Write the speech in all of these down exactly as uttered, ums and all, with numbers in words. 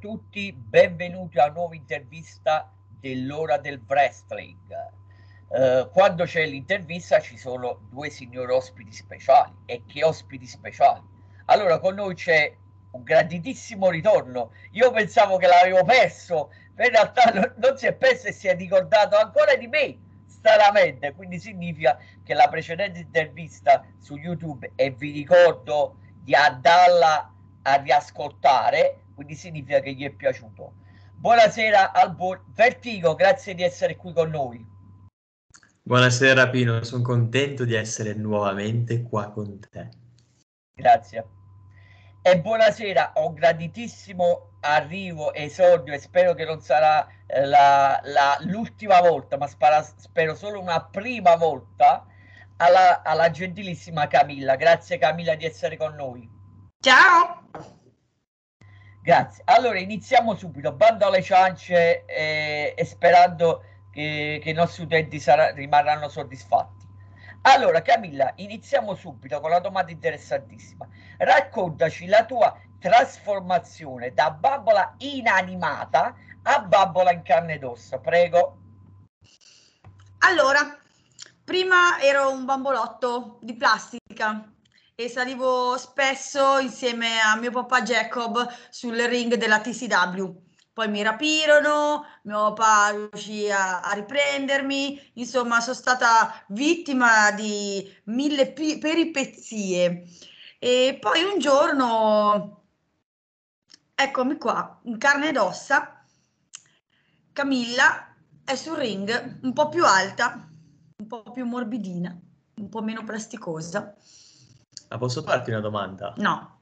tutti, benvenuti a una nuova intervista dell'ora del wrestling. Uh, quando c'è l'intervista ci sono due signori ospiti speciali. E che ospiti speciali? Allora, con noi c'è un grandissimo ritorno. Io pensavo che l'avevo perso, ma in realtà non, non si è perso e si è ricordato ancora di me, stranamente. Quindi significa che la precedente intervista su YouTube, e vi ricordo di andarla a riascoltare, quindi significa che gli è piaciuto. Buonasera al buon Vertigo, grazie di essere qui con noi. Buonasera Pino, sono contento di essere nuovamente qua con te. Grazie. E buonasera, ho un graditissimo arrivo, esordio, e spero che non sarà eh, la, la, l'ultima volta, ma spara, spero solo una prima volta, alla, alla gentilissima Camilla. Grazie Camilla di essere con noi. Ciao! Grazie. Allora iniziamo subito, bando alle ciance eh, e sperando che, che i nostri utenti sarà, rimarranno soddisfatti. Allora Camilla, iniziamo subito con la domanda interessantissima. Raccontaci la tua trasformazione da bambola inanimata a bambola in carne ed ossa, prego. Allora, prima ero un bambolotto di plastica e salivo spesso insieme a mio papà Jacob sul ring della T C W. Poi mi rapirono, mio papà riuscì a, a riprendermi, insomma sono stata vittima di mille pi- peripezie. E poi un giorno, eccomi qua, in carne ed ossa, Camilla è sul ring, un po' più alta, un po' più morbidina, un po' meno plasticosa. Ma posso farti una domanda? No.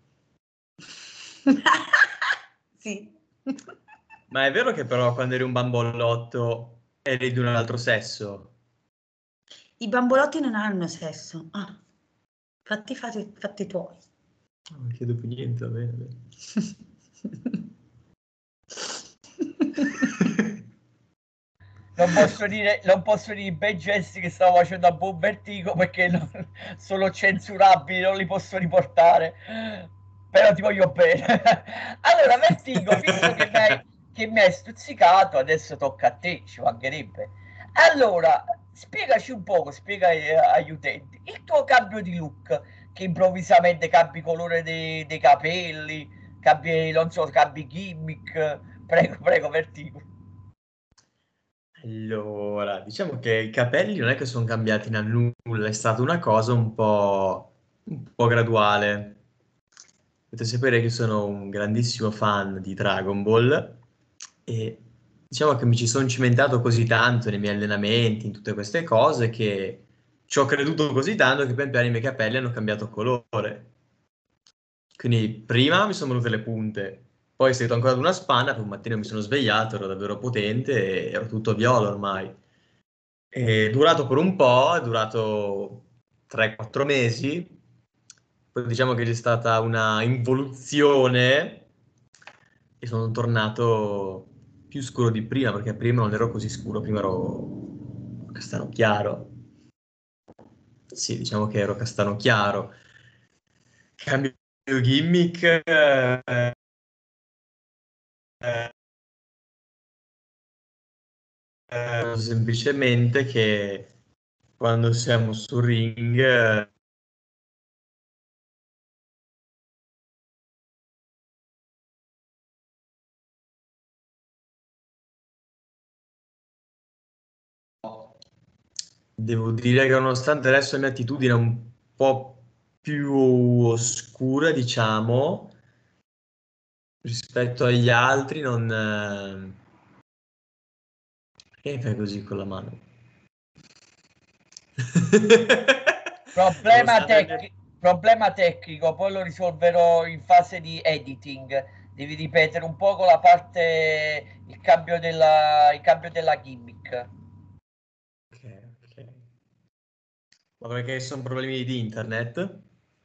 Sì. Ma è vero che però quando eri un bambolotto eri di un altro sesso? I bambolotti non hanno sesso. Ah, fatti, fatti, fatti tuoi. Non chiedo più niente, va bene. Va bene. Non posso dire, non posso dire i bei gesti che stavo facendo a buon Vertigo perché non, sono censurabili, non li posso riportare, però ti voglio bene. Allora Vertigo, visto che mi hai, che mi hai stuzzicato, adesso tocca a te, ci mancherebbe. Allora, spiegaci un poco, spiega agli utenti il tuo cambio di look, che improvvisamente cambi colore dei, dei capelli, cambi, non so, cambi gimmick. Prego, prego Vertigo. Allora, diciamo che i capelli non è che sono cambiati da nulla, è stata una cosa un po', un po' graduale. Potete sapere che sono un grandissimo fan di Dragon Ball e diciamo che mi ci sono cimentato così tanto nei miei allenamenti, in tutte queste cose, che ci ho creduto così tanto che pian piano i miei capelli hanno cambiato colore. Quindi prima mi sono venute le punte, poi è seguito ancora ad una spanna, poi un mattino mi sono svegliato, ero davvero potente e ero tutto viola ormai. È durato per un po', è durato tre quattro mesi, poi diciamo che c'è stata una involuzione e sono tornato più scuro di prima, perché prima non ero così scuro, prima ero castano chiaro. Sì, diciamo che ero castano chiaro. Cambio gimmick, eh, eh, eh, semplicemente che quando siamo sul ring eh, devo dire che nonostante adesso la mia attitudine è un po' più oscura, diciamo, rispetto agli altri, non... Eh... Che fai così con la mano? Problema, tec- problema tecnico, poi lo risolverò in fase di editing. Devi ripetere un po' con la parte, il cambio della, il cambio della gimmick. Ok, ok. Ma perché sono problemi di internet?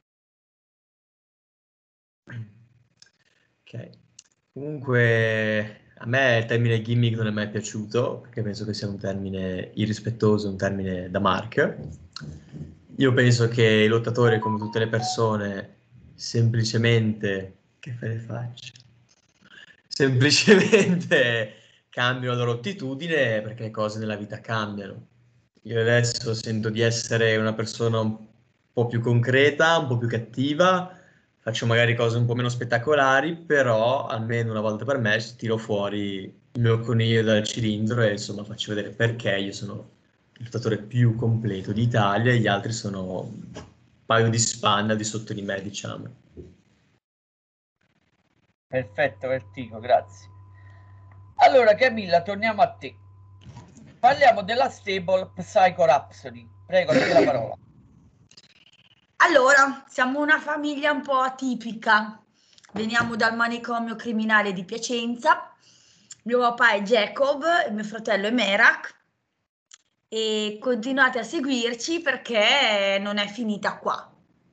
Ok. Comunque, a me il termine gimmick non è mai piaciuto, perché penso che sia un termine irrispettoso, un termine da mark. Io penso che i lottatori, come tutte le persone, semplicemente... Che fai le facce? semplicemente cambiano la loro attitudine perché le cose nella vita cambiano. Io adesso sento di essere una persona un po' più concreta, un po' più cattiva, faccio magari cose un po' meno spettacolari, però almeno una volta per me tiro fuori il mio coniglio dal cilindro e insomma faccio vedere perché io sono il lottatore più completo d'Italia e gli altri sono un paio di spanne al di sotto di me, diciamo. Perfetto, Vertigo, grazie. Allora, Camilla, torniamo a te. Parliamo della stable Psycho Rhapsody. Prego, a te la parola. Allora, siamo una famiglia un po' atipica. Veniamo dal manicomio criminale di Piacenza. Mio papà è Jacob, il mio fratello è Merak. E continuate a seguirci perché non è finita qua.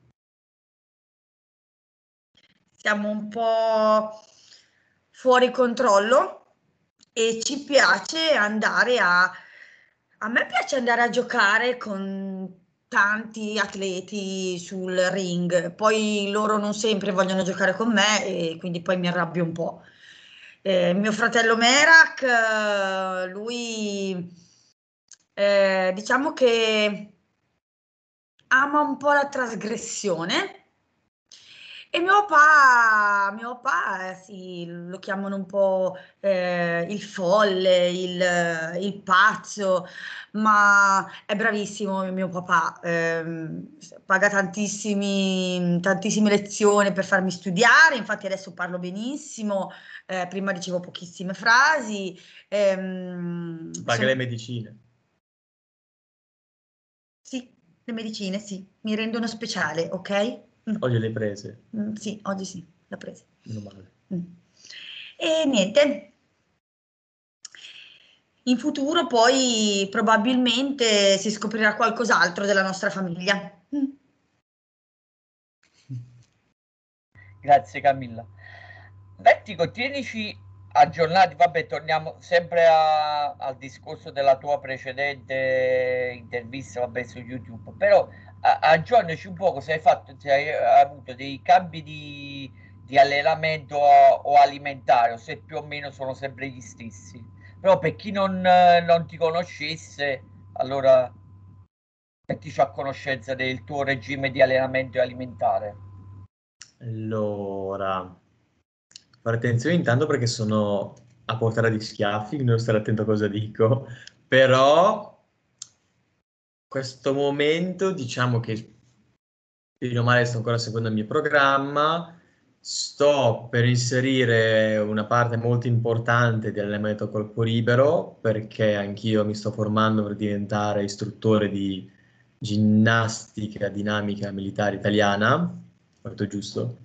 Siamo un po' fuori controllo e ci piace andare a... A me piace andare a giocare con tanti atleti sul ring, poi loro non sempre vogliono giocare con me e quindi poi mi arrabbio un po'. Eh, mio fratello Merak, eh, lui eh, diciamo che ama un po' la trasgressione. E mio papà, mio papà, eh, sì, lo chiamano un po' eh, il folle, il, il pazzo, ma è bravissimo mio papà, ehm, paga tantissimi, tantissime lezioni per farmi studiare, infatti adesso parlo benissimo, eh, prima dicevo pochissime frasi. Ehm, Paga sono- le medicine. Sì, le medicine, sì, mi rendono speciale, ok? Mm. Oggi le hai prese, Mm, sì, oggi sì, l'ho presa. meno male. Mm. E niente, in futuro poi probabilmente si scoprirà qualcos'altro della nostra famiglia. Mm. Grazie Camilla. Vertigo, tienici aggiornati, vabbè, torniamo sempre a- al discorso della tua precedente intervista, vabbè, su YouTube, però a- aggiornaci un po' se hai fatto, se hai avuto dei cambi di, di allenamento o, o alimentare, o se più o meno sono sempre gli stessi. Però per chi non, eh, non ti conoscesse, allora mettici a conoscenza del tuo regime di allenamento e alimentare. Allora, fare attenzione intanto perché sono a portata di schiaffi, quindi devo stare attento a cosa dico, però questo momento diciamo che bene o male sto ancora seguendo il mio programma, sto per inserire una parte molto importante di allenamento a corpo libero perché anch'io mi sto formando per diventare istruttore di ginnastica dinamica militare italiana, ho fatto giusto?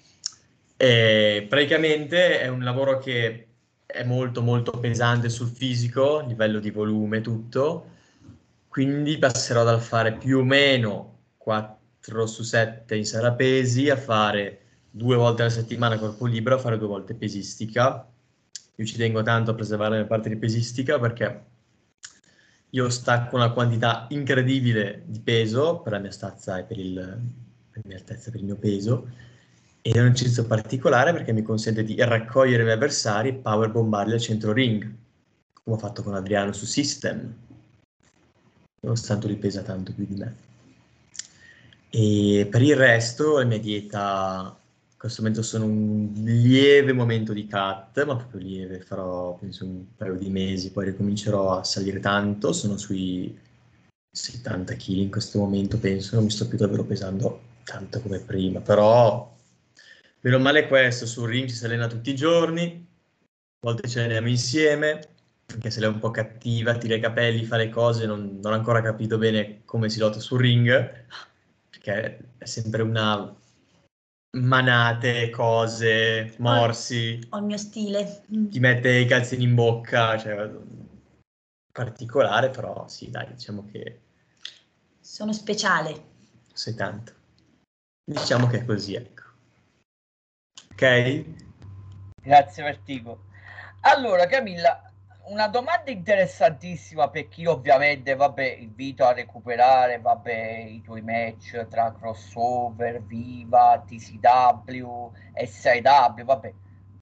E praticamente è un lavoro che è molto molto pesante sul fisico, a livello di volume e tutto, quindi passerò dal fare più o meno quattro su sette in sala pesi a fare due volte alla settimana corpo libero, a fare due volte pesistica. Io ci tengo tanto a preservare la parte di pesistica perché io stacco una quantità incredibile di peso per la mia stazza e per, il, per la mia altezza, per il mio peso, ed è un esercizio particolare perché mi consente di raccogliere i miei avversari e powerbombarli al centro ring, come ho fatto con Adriano su System, nonostante lui pesa tanto più di me. E per il resto la mia dieta in questo momento sono un lieve momento di cut, ma proprio lieve, farò penso un paio di mesi, poi ricomincerò a salire tanto, sono sui settanta chili in questo momento, penso, non mi sto più davvero pesando tanto come prima, però meno male questo, sul ring ci si allena tutti i giorni, a volte ci alleniamo insieme, anche se lei è un po' cattiva, tira i capelli, fa le cose, non, non ho ancora capito bene come si lotta sul ring, perché è sempre una manate, cose, morsi, Ho il mio stile. ti mette i calzini in bocca, cioè particolare, però sì, dai, diciamo che Sono speciale. sei tanto. Diciamo che è così, ecco. Ok? Grazie Vertigo. Allora Camilla, una domanda interessantissima per chi ovviamente, vabbè, invito a recuperare, vabbè, i tuoi match tra crossover, Viva, T C W, S I W, vabbè,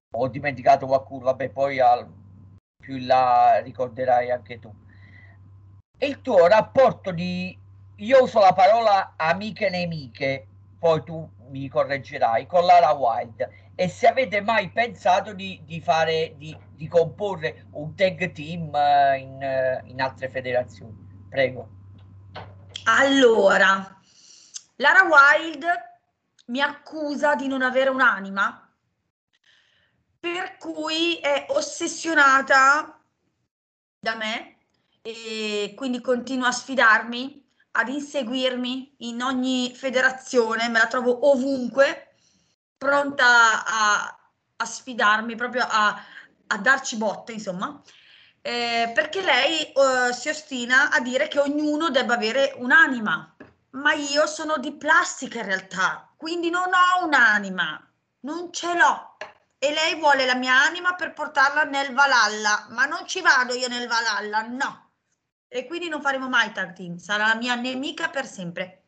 ho dimenticato qualcuno, vabbè, poi al, più in là ricorderai anche tu. E il tuo rapporto di, io uso la parola amiche nemiche, poi tu mi correggerai, con Lara Wild, e se avete mai pensato di, di fare, di, di comporre un tag team eh, in, eh, in altre federazioni. Prego. Allora, Lara Wild mi accusa di non avere un'anima, per cui è ossessionata da me e quindi continua a sfidarmi, ad inseguirmi in ogni federazione, me la trovo ovunque, pronta a, a sfidarmi, proprio a, a darci botte, insomma, eh, perché lei eh, si ostina a dire che ognuno debba avere un'anima, ma io sono di plastica in realtà, quindi non ho un'anima, non ce l'ho. E lei vuole la mia anima per portarla nel Valhalla, ma non ci vado io nel Valhalla, no. E quindi non faremo mai tag team, sarà la mia nemica per sempre.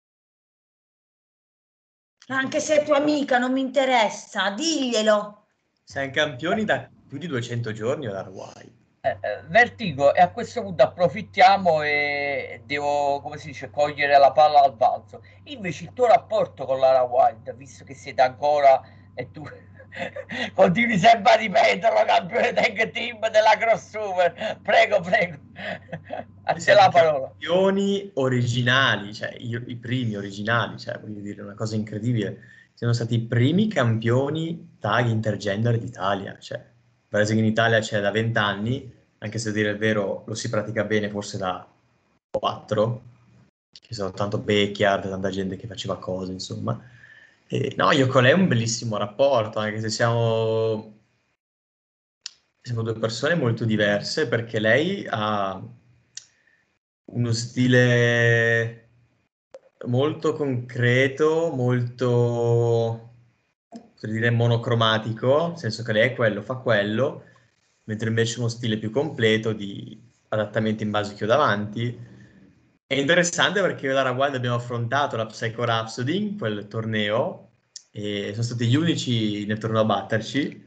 Anche se è tua amica, non mi interessa, diglielo. Siamo campioni da più di duecento giorni o Wild. Eh, eh, Vertigo, e a questo punto approfittiamo e devo, come si dice, cogliere la palla al balzo. Invece il tuo rapporto con Lara Wild, visto che siete ancora, e tu continui sempre a ripeterlo, campione tag team della crossover, prego, prego, a te la parola. Campioni originali, cioè i, i primi originali, cioè voglio dire una cosa incredibile, siamo stati i primi campioni tag intergender d'Italia, cioè Wrestling in Italia c'è da vent'anni, anche se a dire il vero lo si pratica bene forse da quattro, che sono tanto Backyard, tanta gente che faceva cose, insomma. E, no, io con lei ho un bellissimo rapporto, anche se siamo, siamo due persone molto diverse, perché lei ha uno stile molto concreto, molto, potrei dire, monocromatico, nel senso che lei è quello, fa quello, mentre invece uno stile più completo di adattamento in base che ho davanti. È interessante perché io e Lara Wild abbiamo affrontato la Psycho Rhapsody in quel torneo e sono stati gli unici nel torneo a batterci,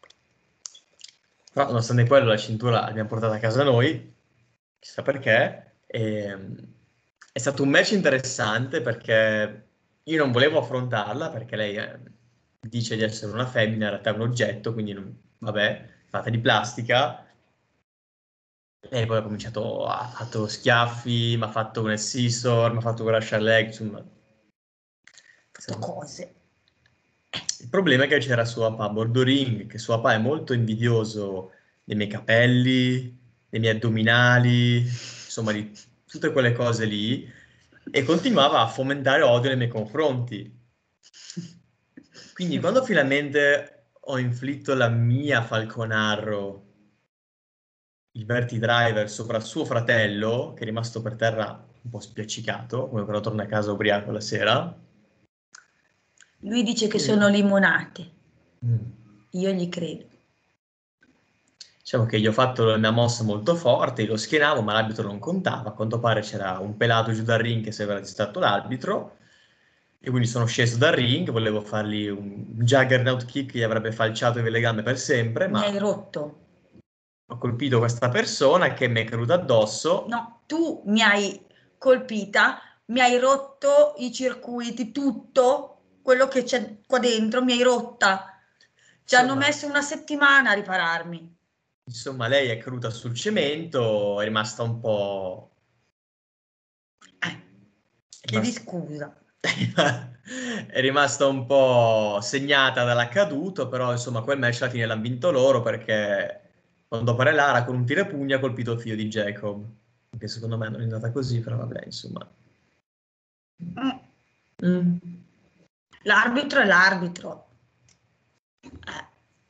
però nonostante quello la cintura l'abbiamo portata a casa noi, chissà perché. E, è stato un match interessante perché io non volevo affrontarla perché lei eh, dice di essere una femmina, in realtà è un oggetto, quindi non, vabbè, fatta di plastica. E poi ha cominciato, ha fatto schiaffi, mi ha fatto un scissor, mi ha fatto un Russian leg, insomma. Fatto cose. Il problema è che c'era suo papà a bordo ring, che suo papà è molto invidioso dei miei capelli, dei miei addominali, insomma di tutte quelle cose lì, e continuava a fomentare odio nei miei confronti. Quindi quando finalmente ho inflitto la mia Falcon Arrow, il Verti Driver, sopra suo fratello, che è rimasto per terra un po' spiaccicato, come quando torna a casa ubriaco la sera. Lui dice che sono limonate. Mm. Io gli credo. Diciamo che gli ho fatto la mia mossa molto forte, lo schienavo, ma l'arbitro non contava. A quanto pare c'era un pelato giù dal ring che si aveva distratto l'arbitro. E quindi sono sceso dal ring, volevo fargli un juggernaut kick che gli avrebbe falciato via le gambe per sempre, ma mi hai rotto. Ho colpito questa persona che mi è caduta addosso. No, tu mi hai colpita, mi hai rotto i circuiti, tutto quello che c'è qua dentro, mi hai rotta. Ci hanno Insomma, messo una settimana a ripararmi. Insomma, lei è caduta sul cemento, è rimasta un po'... Eh, chiedi scusa. È rimasta un po' segnata dall'accaduto, però insomma quel match alla fine l'hanno vinto loro perché quando appare Lara con un tirapugno ha colpito il figlio di Jacob, che secondo me non è andata così, però vabbè, insomma. Mm. Mm. L'arbitro è l'arbitro. Eh.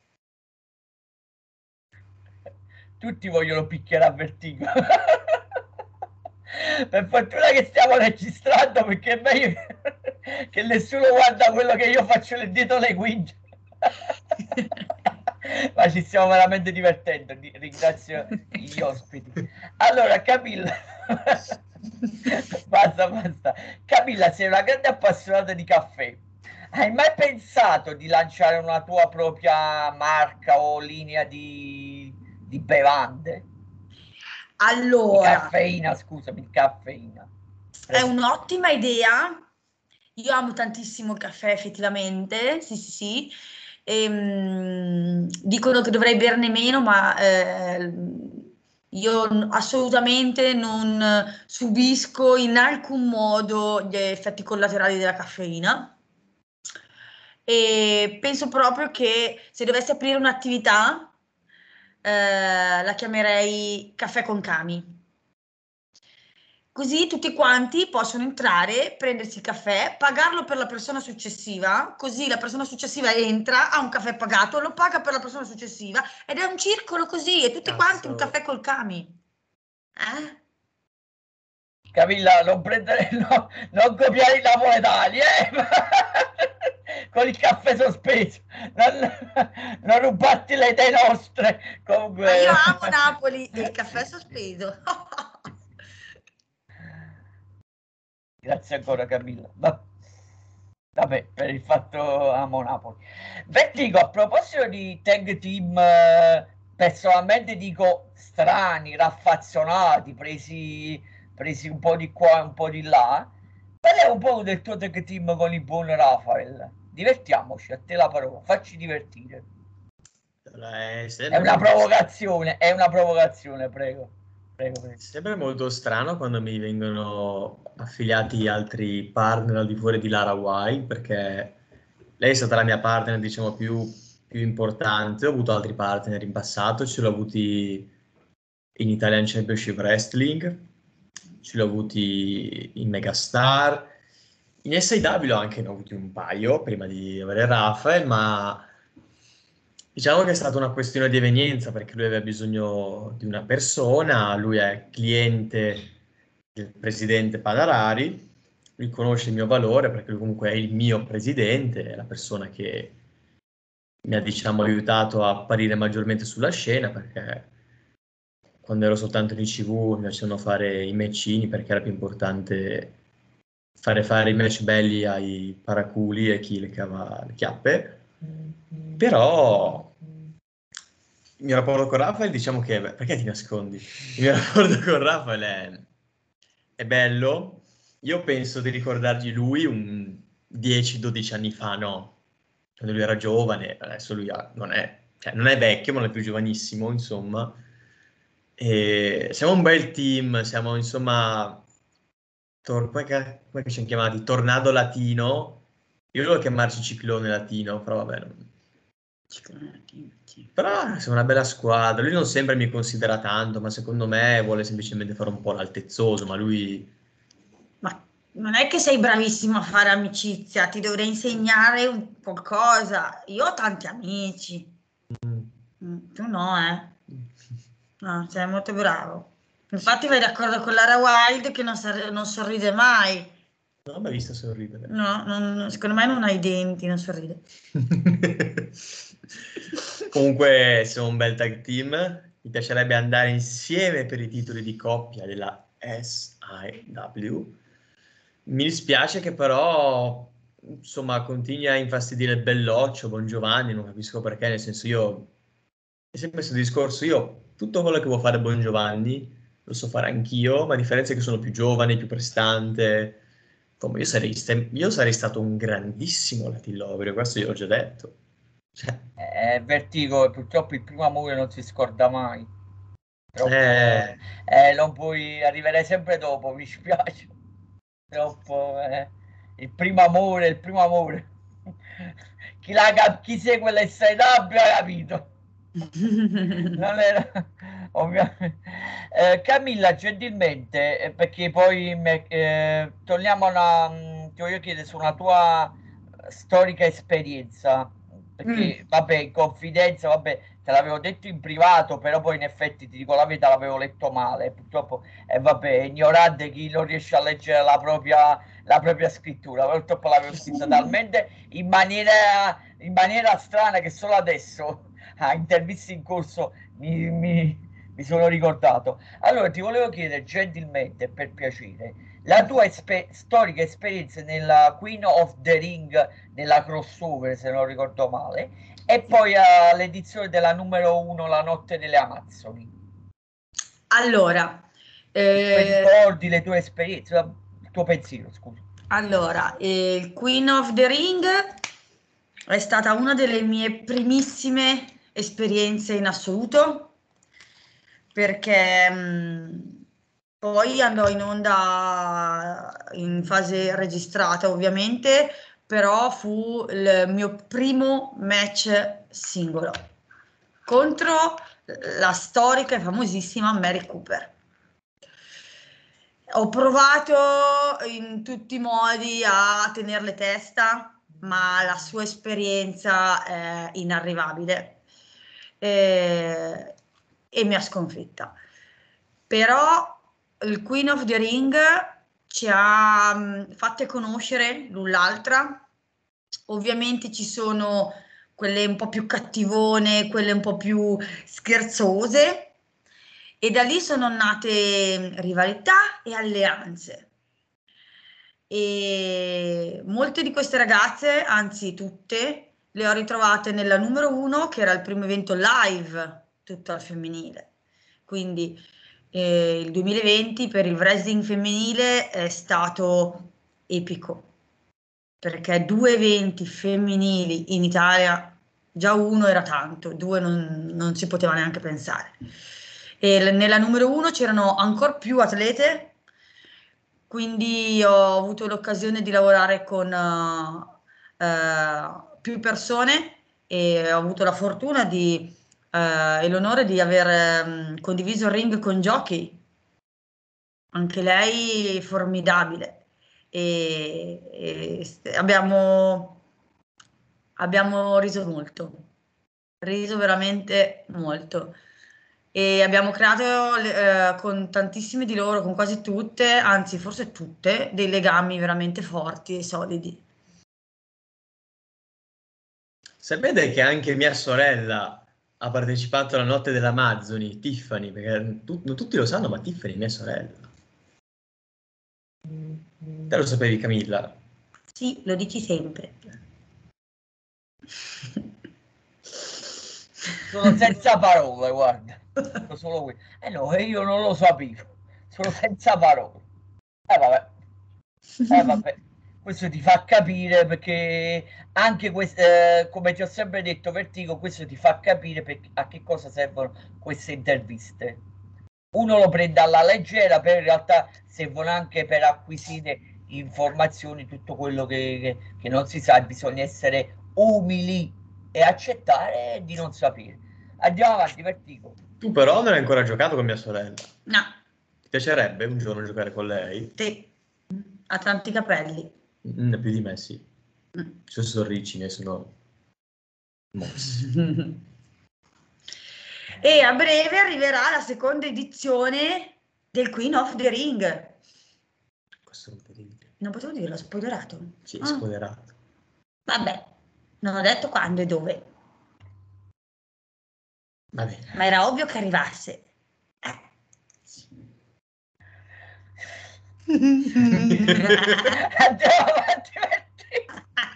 Tutti vogliono picchiare a Vertigo. Per fortuna che stiamo registrando, perché è meglio che nessuno guarda quello che io faccio dietro le quinte. Ma ci stiamo veramente divertendo, ringrazio gli ospiti. Allora, Camilla, basta, basta. Camilla, sei una grande appassionata di caffè. hai mai pensato di lanciare una tua propria marca o linea di, di bevande? Di Allora, caffeina, scusami, di caffeina. è un'ottima idea. Io amo tantissimo il caffè, effettivamente, sì, sì, sì. Ehm, dicono che dovrei berne meno, ma eh, io n- assolutamente non subisco in alcun modo gli effetti collaterali della caffeina. E penso proprio che se dovessi aprire un'attività, eh, la chiamerei Caffè con Cami. Così tutti quanti possono entrare, prendersi il caffè, pagarlo per la persona successiva, così la persona successiva entra, ha un caffè pagato, lo paga per la persona successiva ed è un circolo così, e tutti quanti un Cazzo. caffè col Cami. Eh? Camilla, non prendere, no, non copiare i napoletani, eh? Con il caffè sospeso, non, non rubarti le idee nostre. Ma io Comunque, amo Napoli e il caffè sospeso. grazie ancora Camilla. Va- Vabbè, per il fatto amo Napoli. Vertigo, a proposito di tag team, eh, personalmente dico strani, raffazzonati, presi, presi un po' di qua e un po' di là. Parliamo un po' del tuo tag team con il buon Rafael. Divertiamoci, a te la parola, facci divertire. Allora, È È sempre una molto, provocazione, è una provocazione, prego. Prego, prego. sempre molto strano quando mi vengono affiliati altri partner al di fuori di Lara Wild, perché lei è stata la mia partner, diciamo, più, più importante. Ho avuto altri partner in passato, ce l'ho avuti in Italian Championship Wrestling, ce l'ho avuti in Megastar, in S I W anche ne ho avuti un paio prima di avere Rafael, ma diciamo che è stata una questione di evenienza perché lui aveva bisogno di una persona, lui è cliente del presidente Padarari, lui conosce il mio valore perché lui comunque è il mio presidente, è la persona che mi ha, diciamo, aiutato a apparire maggiormente sulla scena perché quando ero soltanto in I C V mi facevano fare i matchini perché era più importante fare fare i match belli ai paraculi e chi le cava le chiappe. Però il mio rapporto con Rafael, diciamo che... beh, perché ti nascondi? Il mio rapporto con Rafael è, è bello. Io penso di ricordargli lui un dieci dodici anni fa, no? Quando lui era giovane, adesso lui ha- non è, cioè, non è vecchio, ma non è più giovanissimo, insomma. E siamo un bel team, siamo insomma... Tor- come che, come che ci hanno chiamati? Tornado Latino. Io volevo chiamarci Ciclone Latino, però vabbè. non- Però siamo una bella squadra. Lui non sempre mi considera tanto, ma secondo me vuole semplicemente fare un po' l'altezzoso, ma lui... Ma non è che sei bravissimo a fare amicizia, ti dovrei insegnare un qualcosa. Io ho tanti amici. Mm, tu no, eh? No, sei molto bravo. Infatti vai d'accordo con Lara Wild che non, sar- non sorride mai. Non l'ho mai vista sorridere. No, non- secondo me non ha i denti, non sorride. Comunque siamo un bel tag team. Mi piacerebbe andare insieme per i titoli di coppia della S I W. Mi dispiace che però, insomma, continui a infastidire il belloccio, Bon Giovanni, non capisco perché, nel senso io, è sempre questo discorso, io tutto quello che vuole fare Bon Giovanni lo so fare anch'io, ma a differenza che sono più giovane, più prestante, come io sarei, stem- io sarei stato un grandissimo Latin Lover, questo io ho già detto. Cioè, Eh, Vertigo, purtroppo il primo amore non si scorda mai. Troppo, eh, eh, non puoi, arriverai sempre dopo, mi spiace. Troppo, eh. Il primo amore, il primo amore. Chi, la, cap- chi segue l'S I W ha capito. Non era ovviamente. Eh, Camilla, gentilmente, eh, perché poi me- eh, torniamo a una, mh, ti voglio chiedere su una tua storica esperienza, perché Mm. vabbè, in confidenza, vabbè, te l'avevo detto in privato, però poi in effetti ti dico la verità, l'avevo letto male, purtroppo, e vabbè, è ignorante chi non riesce a leggere la propria, la propria scrittura, purtroppo l'avevo scritta talmente in maniera, in maniera strana che solo adesso a interviste in corso mi, mi- mi sono ricordato. Allora ti volevo chiedere gentilmente, per piacere, la tua esper- storica esperienza nella Queen of the Ring, nella crossover se non ricordo male, e poi all'edizione della numero uno, La notte delle Amazzoni. Allora, Eh, eh, ricordi le tue esperienze, il tuo pensiero, scusa. allora, il Queen of the Ring è stata una delle mie primissime esperienze in assoluto, perché mh, poi andò in onda in fase registrata ovviamente, però fu il mio primo match singolo contro la storica e famosissima Mary Cooper. Ho provato in tutti i modi a tenerle testa, ma la sua esperienza è inarrivabile e, e mi ha sconfitta. Però il Queen of the Ring ci ha mh, fatte conoscere l'un l'altra. Ovviamente ci sono quelle un po' più cattivone, quelle un po' più scherzose, e da lì sono nate rivalità e alleanze. E molte di queste ragazze, anzi tutte, le ho ritrovate nella numero uno, che era il primo evento live tutto al femminile. Quindi eh, il duemilaventi per il wrestling femminile è stato epico, perché due eventi femminili in Italia, già uno era tanto, due non, non si poteva neanche pensare. E l- nella numero uno c'erano ancora più atlete, quindi ho avuto l'occasione di lavorare con eh, eh, più persone e ho avuto la fortuna di, eh, e l'onore di aver ehm, condiviso il ring con Jockey, anche lei formidabile. E, e st- abbiamo, abbiamo riso molto, riso veramente molto. E abbiamo creato eh, con tantissime di loro, con quasi tutte, anzi forse tutte, dei legami veramente forti e solidi. Sapete che anche mia sorella ha partecipato alla notte delle Amazzoni, Tiffany, perché tu- non tutti lo sanno, ma Tiffany è mia sorella. Te lo sapevi, Camilla? Sì, lo dici sempre. Sono senza parole, guarda. Dico solo questo. Eh no, io non lo sapevo. Sono senza parole. Eh vabbè. Eh vabbè. Questo ti fa capire perché anche questo, eh, come ti ho sempre detto, Vertigo, questo ti fa capire per- a che cosa servono queste interviste. Uno lo prende alla leggera, però in realtà servono anche per acquisire informazioni, tutto quello che, che, che non si sa, bisogna essere umili e accettare di non sapere. Andiamo avanti, Vertigo. Tu però non hai ancora giocato con mia sorella. No, Ti piacerebbe un giorno giocare con lei? te ha tanti capelli. Mm, più di me, sì. Mm. I suoi sorricci ne sono mossi. E a breve arriverà la seconda edizione del Queen of the Ring. Questo non potevi dire. Non potevo dirlo, ho spoilerato. Sì, Ah, spoilerato. vabbè, non ho detto quando e dove, Va bene. ma era ovvio che arrivasse. Eh. Andiamo avanti, Vertigo.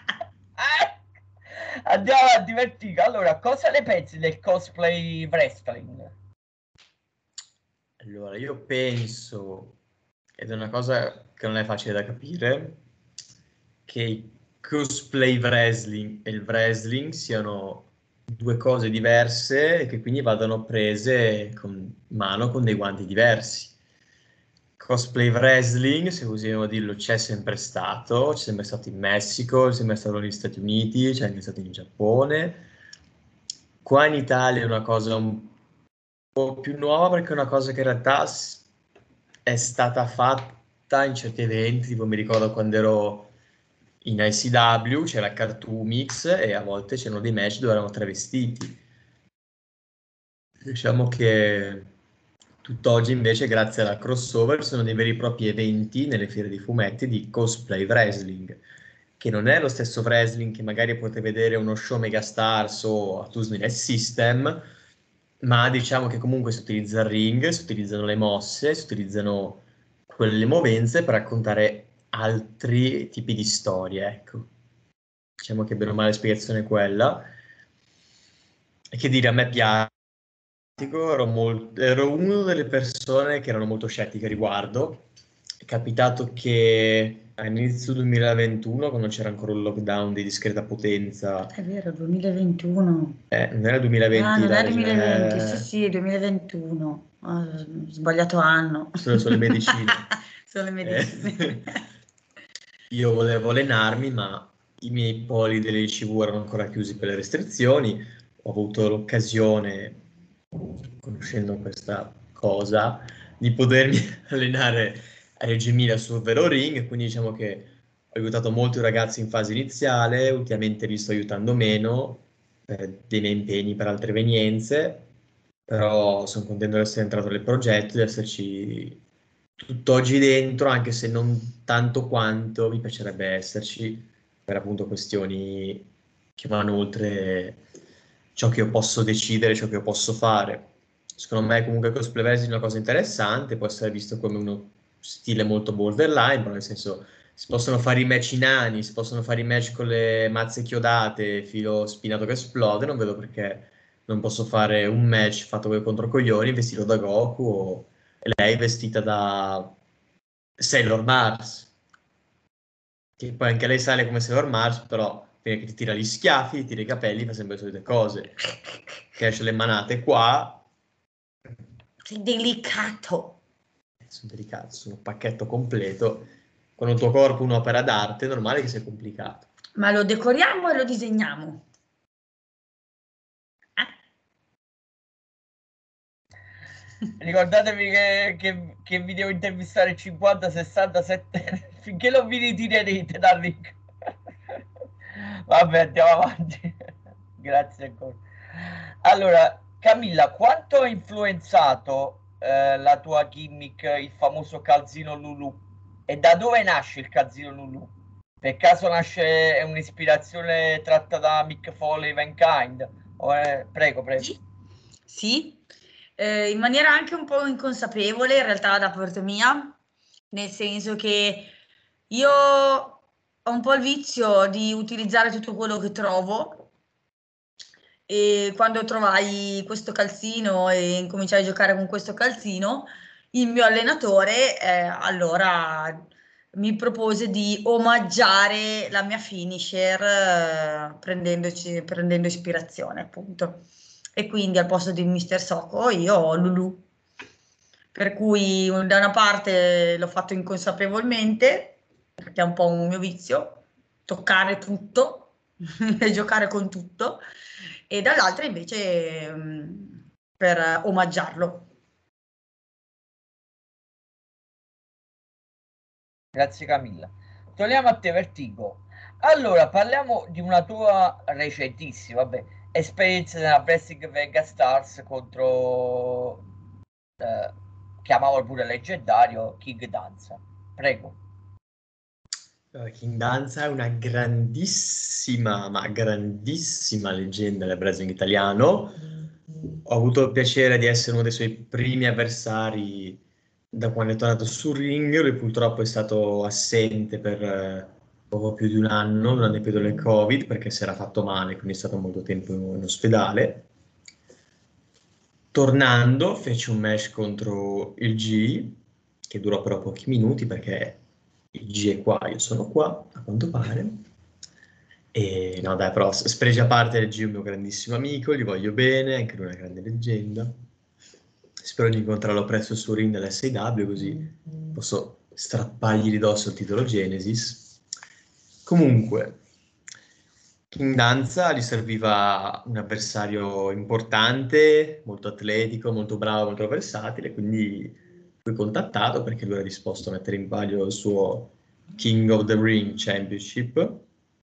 Andiamo avanti, Vertigo. Allora, cosa ne pensi del cosplay wrestling? Allora, io penso, ed è una cosa che non è facile da capire, che il cosplay wrestling e il wrestling siano due cose diverse e che quindi vadano prese con mano con dei guanti diversi. Cosplay wrestling, se usiamo dirlo, c'è sempre stato, c'è sempre stato in Messico, c'è sempre stato negli Stati Uniti, c'è anche stato in Giappone. Qua in Italia è una cosa un po' più nuova perché è una cosa che in realtà s- è stata fatta in certi eventi, tipo mi ricordo quando ero in I C W, c'era Cartoomix e a volte c'erano dei match dove erano travestiti. Diciamo che tutt'oggi invece, grazie alla crossover, sono dei veri e propri eventi nelle fiere di fumetti di cosplay wrestling, che non è lo stesso wrestling che magari potete vedere a uno show Megastars o a Tuesday System, ma diciamo che comunque si utilizza il ring, si utilizzano le mosse, si utilizzano quelle movenze per raccontare altri tipi di storie, ecco. Diciamo che bene o male la spiegazione è quella. E che dire, a me piace, ero, molt- ero una delle persone che erano molto scettiche a riguardo. È capitato che all'inizio duemilaventuno, quando c'era ancora un lockdown di discreta potenza, È vero, duemilaventuno. eh, non era Ah, duemilaventi non la è duemilaventi, sì, regione, sì, duemilaventuno. Ah, ho sbagliato anno. sono, sono le medicine. Sono le medicine. Eh, io volevo allenarmi, ma i miei poli delle C V erano ancora chiusi per le restrizioni. Ho avuto l'occasione, conoscendo questa cosa, di potermi allenare a Reggio Emilia sul vero ring, quindi diciamo che ho aiutato molti ragazzi in fase iniziale, ultimamente li sto aiutando meno per dei miei impegni, per altre evenienze, però sono contento di essere entrato nel progetto, di esserci tutt'oggi dentro, anche se non tanto quanto mi piacerebbe esserci, per appunto questioni che vanno oltre ciò che io posso decidere, ciò che io posso fare. Secondo me comunque Cosplay Versi è una cosa interessante, può essere visto come uno stile molto borderline, però nel senso si possono fare i match in ani, si possono fare i match con le mazze chiodate, filo spinato che esplode, non vedo perché non posso fare un match fatto con contro coglioni vestito da Goku o lei vestita da Sailor Mars, che poi anche lei sale come Sailor Mars, però prima che ti tira gli schiaffi, ti tira i capelli, fa sempre le solite cose. Che esce le manate qua, Sei delicato. sono delicato, sono un pacchetto completo. Quando il tuo corpo è un'opera d'arte, è normale che sia complicato. Ma lo decoriamo e lo disegniamo? Eh? Ricordatevi che, che, che vi devo intervistare cinquanta, sessanta, settanta finché non vi ritirerete dal ring. Vabbè, andiamo avanti. Grazie ancora. Allora, Camilla, quanto ha influenzato eh, la tua gimmick, il famoso calzino Lulu? E da dove nasce il calzino Lulu? Per caso nasce, è un'ispirazione tratta da Mick Foley Mankind? O è- Prego, prego. Sì, sì. Eh, in maniera anche un po' inconsapevole, in realtà da parte mia, nel senso che io ho un po' il vizio di utilizzare tutto quello che trovo e quando trovai questo calzino e incominciai a giocare con questo calzino, il mio allenatore eh, allora mi propose di omaggiare la mia finisher eh, prendendoci, prendendo ispirazione appunto. E quindi al posto di mister Socko io ho Lulu. Per cui da una parte l'ho fatto inconsapevolmente, perché è un po' un mio vizio, toccare tutto e giocare con tutto, e dall'altra invece mh, per omaggiarlo. Grazie Camilla. Torniamo a te, Vertigo. Allora, parliamo di una tua recentissima, vabbè, esperienza nella Wrestling Vegas Stars contro, eh, chiamavolo pure leggendario, King Danza. Prego. Uh, King Danza è una grandissima, ma grandissima leggenda del wrestling italiano. Ho avuto il piacere di essere uno dei suoi primi avversari da quando è tornato sul ring. Lui purtroppo è stato assente per eh, poco più di un anno durante il periodo del Covid perché si era fatto male, quindi è stato molto tempo in, in ospedale. Tornando, fece un match contro il G, che durò però pochi minuti perché il G è qua, io sono qua, a quanto pare. E no, dai, però spregi a parte, il G è un mio grandissimo amico, gli voglio bene, anche lui è una grande leggenda. Spero di incontrarlo presto su ring dell'S A W, così posso strappargli di dosso il titolo Genesis. Comunque, King Danza gli serviva un avversario importante, molto atletico, molto bravo, molto versatile, quindi fui contattato perché lui era disposto a mettere in palio il suo King of the Ring Championship.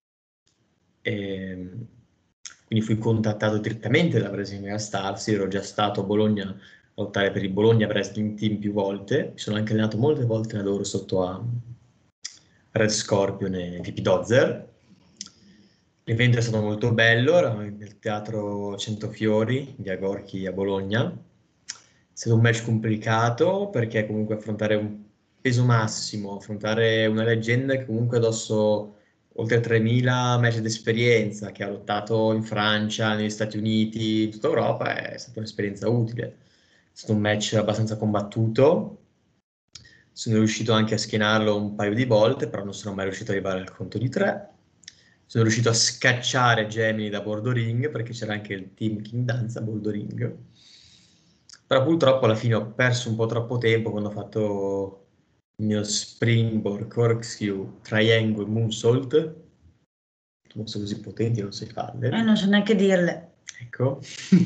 E quindi fui contattato direttamente dalla Wrestling Stars, ero già stato a Bologna a lottare per il Bologna Wrestling Team più volte, mi sono anche allenato molte volte da loro sotto a Red Scorpion e V P Dozzer. L'evento è stato molto bello, eravamo nel teatro Centofiori, via Gorchi a Bologna. È stato un match complicato perché comunque affrontare un peso massimo, affrontare una leggenda che comunque addosso oltre tremila match di esperienza, che ha lottato in Francia, negli Stati Uniti, in tutta Europa, è stata un'esperienza utile. È stato un match abbastanza combattuto. Sono riuscito anche a schienarlo un paio di volte, però non sono mai riuscito ad arrivare al conto di tre. Sono riuscito a scacciare Gemini da bordo ring, perché c'era anche il team King Danza a bordo ring. Però purtroppo alla fine ho perso un po' troppo tempo quando ho fatto il mio springboard, corkscrew, triangle, moonsault. Tu sono così potenti, non sai farle. Eh, non so neanche dirle. Ecco.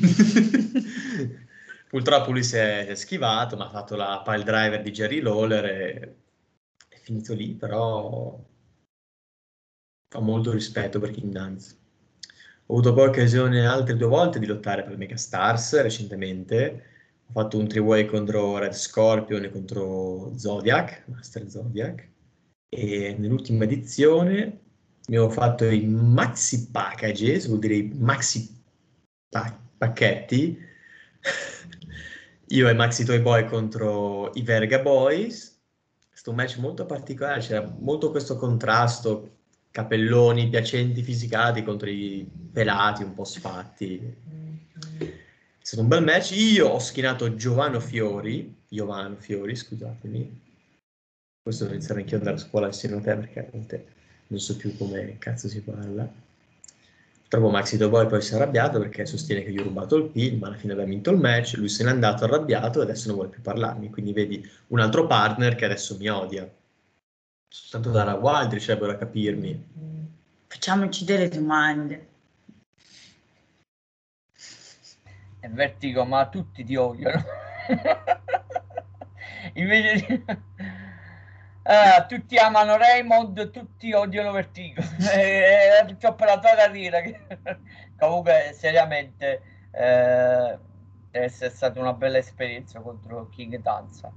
Purtroppo lui si è, si è schivato, ma ha fatto la pile driver di Jerry Lawler e è finito lì, però ho molto rispetto per King Dance. Ho avuto poi occasione altre due volte di lottare per Mega Stars recentemente. Ho fatto un three-way contro Red Scorpion e contro Zodiac, Master Zodiac. E nell'ultima edizione abbiamo fatto i maxi packages, vuol dire i maxi pa- pacchetti. Io e Maxi Toy Boy contro i Verga Boys. È stato un match molto particolare, c'era molto questo contrasto, capelloni piacenti fisicati contro i pelati un po' sfatti. È stato un bel match. Io ho schinato Giovanni Fiori, Giovanni Fiori, scusatemi. Questo devo iniziare anche io ad andare a scuola insieme a te, perché a te non so più come cazzo si parla. Trovo Maxi Toy poi si è arrabbiato perché sostiene che gli ho rubato il pin, ma alla fine aveva vinto il match, lui se n'è andato arrabbiato e adesso non vuole più parlarmi, quindi vedi un altro partner che adesso mi odia. Soltanto Dara Wild riuscirebbero a capirmi. Facciamoci delle domande. È Vertigo, ma tutti ti odiano. Invece di... Ah, tutti amano Raymond, tutti odiano Vertigo. È tutto per la tua carriera. Comunque, seriamente, eh, deve essere stata una bella esperienza contro King Danza.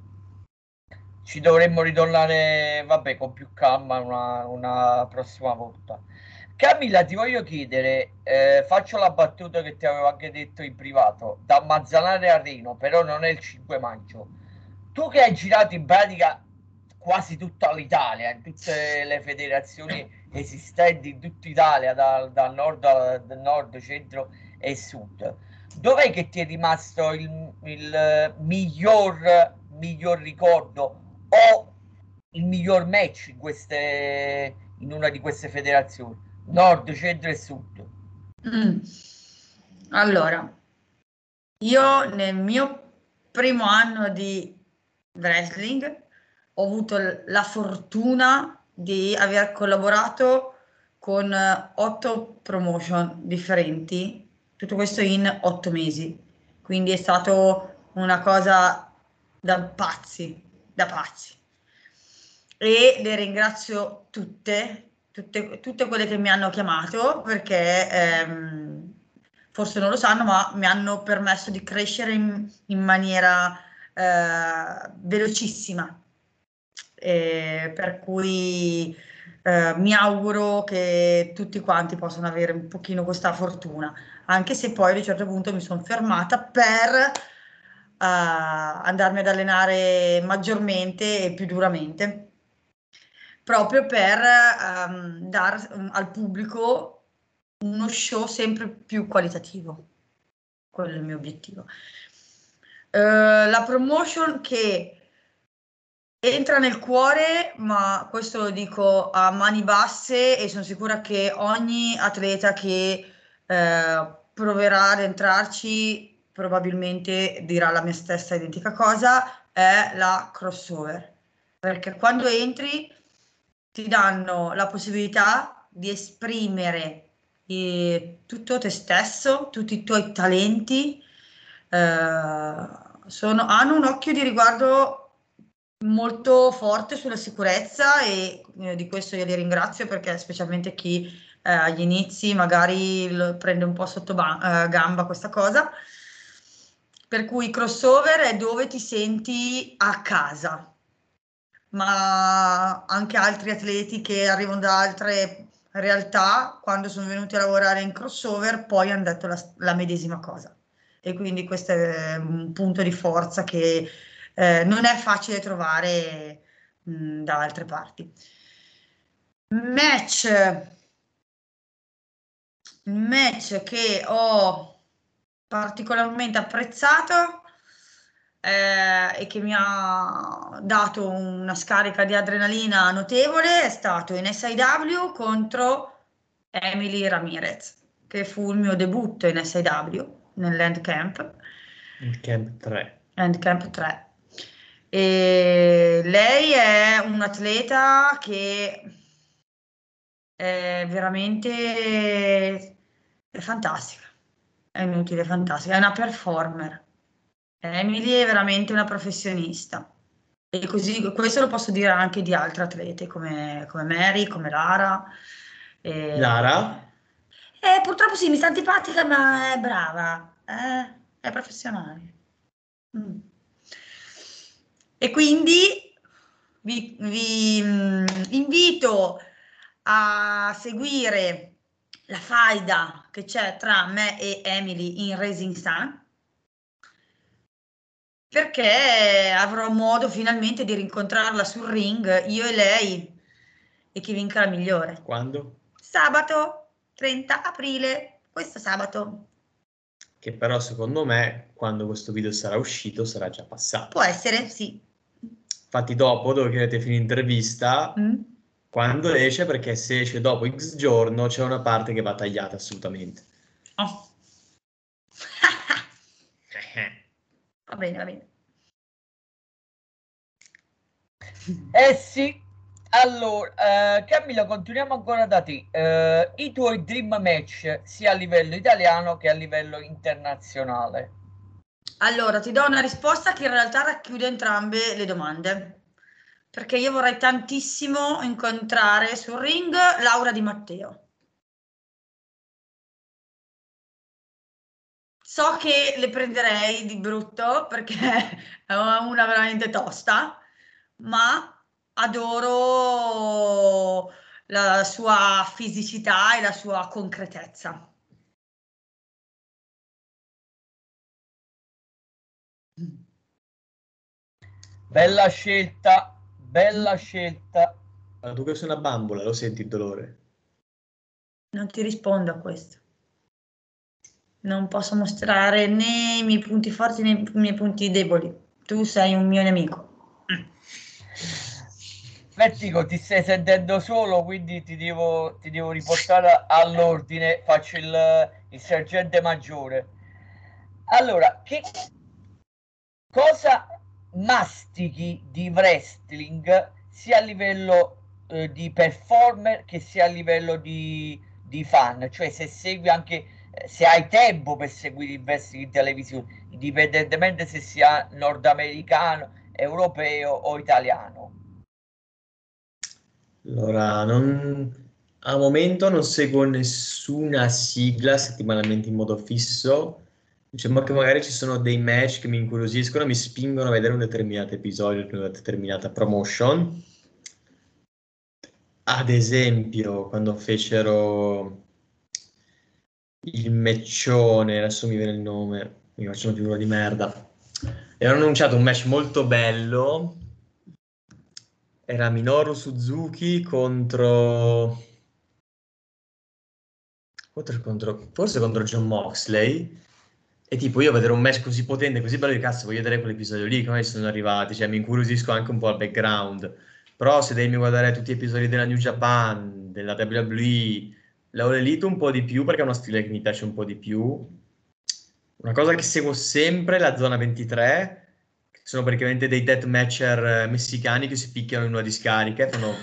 Ci dovremmo ritornare, vabbè, con più calma una, una prossima volta. Camilla, ti voglio chiedere, eh, faccio la battuta che ti avevo anche detto in privato, da Mazzanare a Reno, però non è il cinque maggio. Tu che hai girato in pratica quasi tutta l'Italia, in tutte le federazioni esistenti in tutta Italia, dal, dal nord, dal nord, centro e sud, dov'è che ti è rimasto il, il miglior, miglior ricordo o il miglior match in, queste, in una di queste federazioni? Nord, centro e sud. Mm. Allora, io nel mio primo anno di wrestling ho avuto l- la fortuna di aver collaborato con eh, otto promotion differenti, tutto questo in otto mesi. Quindi è stato una cosa da pazzi, da pazzi. E le ringrazio tutte, tutte, tutte quelle che mi hanno chiamato perché ehm, forse non lo sanno, ma mi hanno permesso di crescere in, in maniera eh, velocissima. E per cui eh, mi auguro che tutti quanti possano avere un pochino questa fortuna, anche se poi a un certo punto mi sono fermata per eh, andarmi ad allenare maggiormente e più duramente proprio per ehm, dare um, al pubblico uno show sempre più qualitativo. Quello è il mio obiettivo. Eh, la promotion che entra nel cuore, ma questo lo dico a mani basse e sono sicura che ogni atleta che eh, proverà ad entrarci probabilmente dirà la mia stessa identica cosa, è la crossover. Perché quando entri ti danno la possibilità di esprimere eh, tutto te stesso, tutti i tuoi talenti, eh, sono- hanno un occhio di riguardo molto forte sulla sicurezza e eh, di questo io li ringrazio perché specialmente chi eh, agli inizi magari lo prende un po' sotto ba- eh, gamba questa cosa. Per cui crossover è dove ti senti a casa, ma anche altri atleti che arrivano da altre realtà, quando sono venuti a lavorare in crossover, poi hanno detto la, la medesima cosa. E quindi questo è un punto di forza che eh, non è facile trovare mh, da altre parti. Match, match che ho particolarmente apprezzato eh, e che mi ha dato una scarica di adrenalina notevole è stato in S I W contro Emily Ramirez, che fu il mio debutto in S I W nell'End Camp. Il Camp tre. End Camp tre. E lei è un atleta che è veramente è fantastica, è inutile, fantastica, è una performer. Emily è veramente una professionista. E così questo lo posso dire anche di altre atlete come, come Mary, come Lara. E, Lara? eh, purtroppo sì, mi sta antipatica, ma è brava, eh, è professionale. Mm. E quindi vi, vi mh, invito a seguire la faida che c'è tra me e Emily in Rising Sun, perché avrò modo finalmente di rincontrarla sul ring, io e lei, e chi vinca la migliore. Quando? Sabato trenta aprile, questo sabato. Che però secondo me, quando questo video sarà uscito, sarà già passato. Può essere, sì. Infatti dopo, dove chiedete fine intervista, Mm. quando esce, perché se esce dopo X giorno c'è una parte che va tagliata assolutamente. Oh. Va bene, va bene. Eh sì, allora, eh, Camilla, continuiamo ancora da te. Eh, i tuoi dream match sia a livello italiano che a livello internazionale. Allora, ti do una risposta che in realtà racchiude entrambe le domande, perché io vorrei tantissimo incontrare sul ring Laura Di Matteo. So che le prenderei di brutto perché è una veramente tosta, ma adoro la sua fisicità e la sua concretezza. Bella scelta, bella scelta. Ma tu che sei una bambola, lo senti il dolore? Non ti rispondo a questo. Non posso mostrare né i miei punti forti né i miei punti deboli. Tu sei un mio nemico. Mm. Vertigo, ti stai sentendo solo, quindi ti devo, ti devo riportare all'ordine. Faccio il, il sergente maggiore. Allora, che cosa mastichi di wrestling sia a livello eh, di performer che sia a livello di, di fan? Cioè se segui anche, eh, se hai tempo per seguire il wrestling in televisione, indipendentemente se sia nordamericano, europeo o italiano. Allora, non... al momento non seguo nessuna sigla settimanalmente in modo fisso. Diciamo che magari ci sono dei match che mi incuriosiscono, mi spingono a vedere un determinato episodio, una determinata promotion. Ad esempio, quando fecero il matchone, adesso mi viene il nome, mi faccio una figura di merda. E hanno annunciato un match molto bello. Era Minoru Suzuki contro... contro, contro... forse contro John Moxley. E tipo io vedere un match così potente, così bello di cazzo, voglio vedere quell'episodio lì, come sono arrivati, cioè mi incuriosisco anche un po' al background. Però se devi guardare tutti gli episodi della New Japan, della W W E, la All Elite un po' di più, perché è uno stile che mi piace un po' di più. Una cosa che seguo sempre è la zona ventitré, che sono praticamente dei death matcher messicani che si picchiano in una discarica e fanno...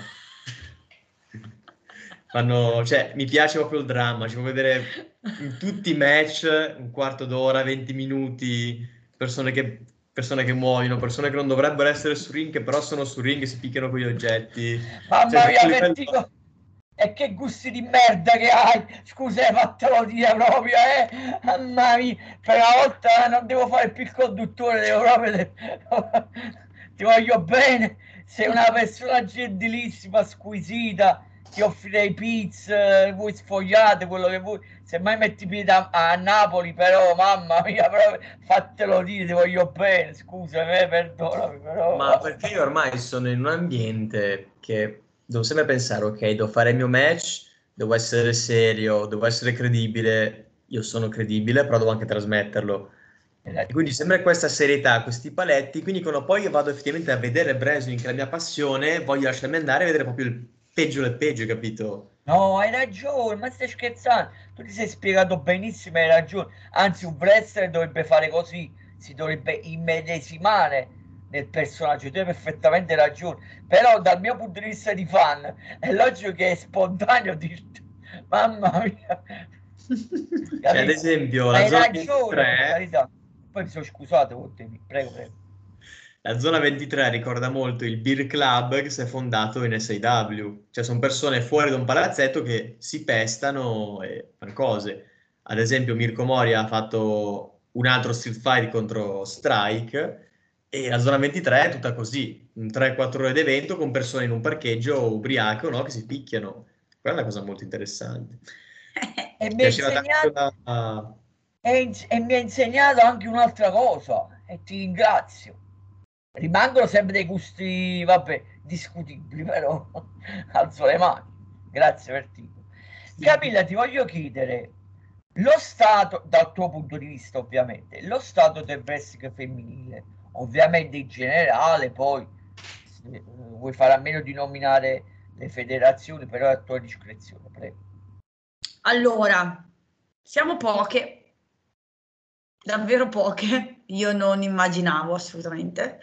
fanno... cioè, mi piace proprio il dramma, ci può vedere in tutti i match, un quarto d'ora, venti minuti, persone che, persone che muoiono, persone che non dovrebbero essere su ring, che però sono su ring e si picchiano con gli oggetti. Mamma Cioè, mia, livello... Vertigo! E che gusti di merda che hai! Scusa, hai fatto dire proprio, eh! Mamma mia, per una volta non devo fare più il conduttore, devo proprio... Ti voglio bene, sei una persona gentilissima, squisita, ti offrirei pizza, vuoi sfogliate, quello che vuoi. Se mai metti piede a, a Napoli, però, mamma mia, però, fatelo dire, ti voglio bene, scusami, eh, perdonami, però... Ma perché io ormai sono in un ambiente che devo sempre pensare, ok, devo fare il mio match, devo essere serio, devo essere credibile, io sono credibile, però devo anche trasmetterlo. E quindi sempre questa serietà, questi paletti, quindi quando poi io vado effettivamente a vedere wrestling, che è la mia passione, voglio lasciarmi andare e vedere proprio il peggio del peggio, capito? No, hai ragione, ma stai scherzando? Tu ti sei spiegato benissimo, hai ragione. Anzi, un wrestler dovrebbe fare così, si dovrebbe immedesimare nel personaggio. Tu hai perfettamente ragione. Però, dal mio punto di vista di fan, è logico che è spontaneo dirti, mamma mia. Cioè, ad Capito? esempio, la Hai zona ragione, per ventitré, carità. Poi mi sono scusato con te, prego, prego. la zona ventitré ricorda molto il Beer Club che si è fondato in S A W. Cioè, sono persone fuori da un palazzetto che si pestano e fanno cose. Ad esempio, Mirko Mori ha fatto un altro Street Fight contro Strike e la zona ventitré è tutta così, tre quattro ore d'evento con persone in un parcheggio ubriaco, no, che si picchiano. Quella è una cosa molto interessante. E Mi mi ha piaceva tanto insegnato, la... e, ins- e mi ha insegnato anche un'altra cosa, e ti ringrazio. Rimangono sempre dei gusti, vabbè, discutibili, però alzo le mani. Grazie per tipo. Camilla, ti voglio chiedere, lo stato, dal tuo punto di vista ovviamente, lo stato del wrestling femminile, ovviamente in generale, poi se eh, vuoi fare a meno di nominare le federazioni, però è a tua discrezione, prego. Allora, siamo poche, davvero poche. Io non immaginavo assolutamente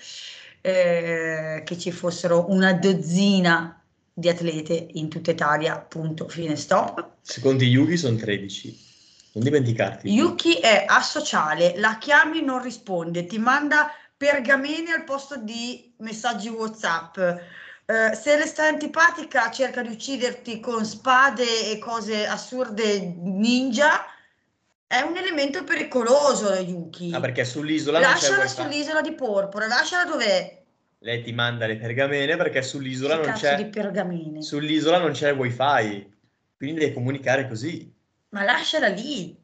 eh, che ci fossero una dozzina di atlete in tutta Italia, punto, fine, stop. Secondo Yugi sono tredici. Non dimenticarti. Yuki è asociale, la chiami non risponde, ti manda pergamene al posto di messaggi WhatsApp. Eh, se le stai antipatica cerca di ucciderti con spade e cose assurde ninja. È un elemento pericoloso, Yuki. Ah, perché sull'isola non c'è il Lasciala wifi. sull'isola di Porpora, lasciala dov'è. Lei ti manda le pergamene perché sull'isola Che non cazzo di c'è pergamene? sull'isola non c'è il wifi. Quindi devi comunicare così. Ma lasciala lì.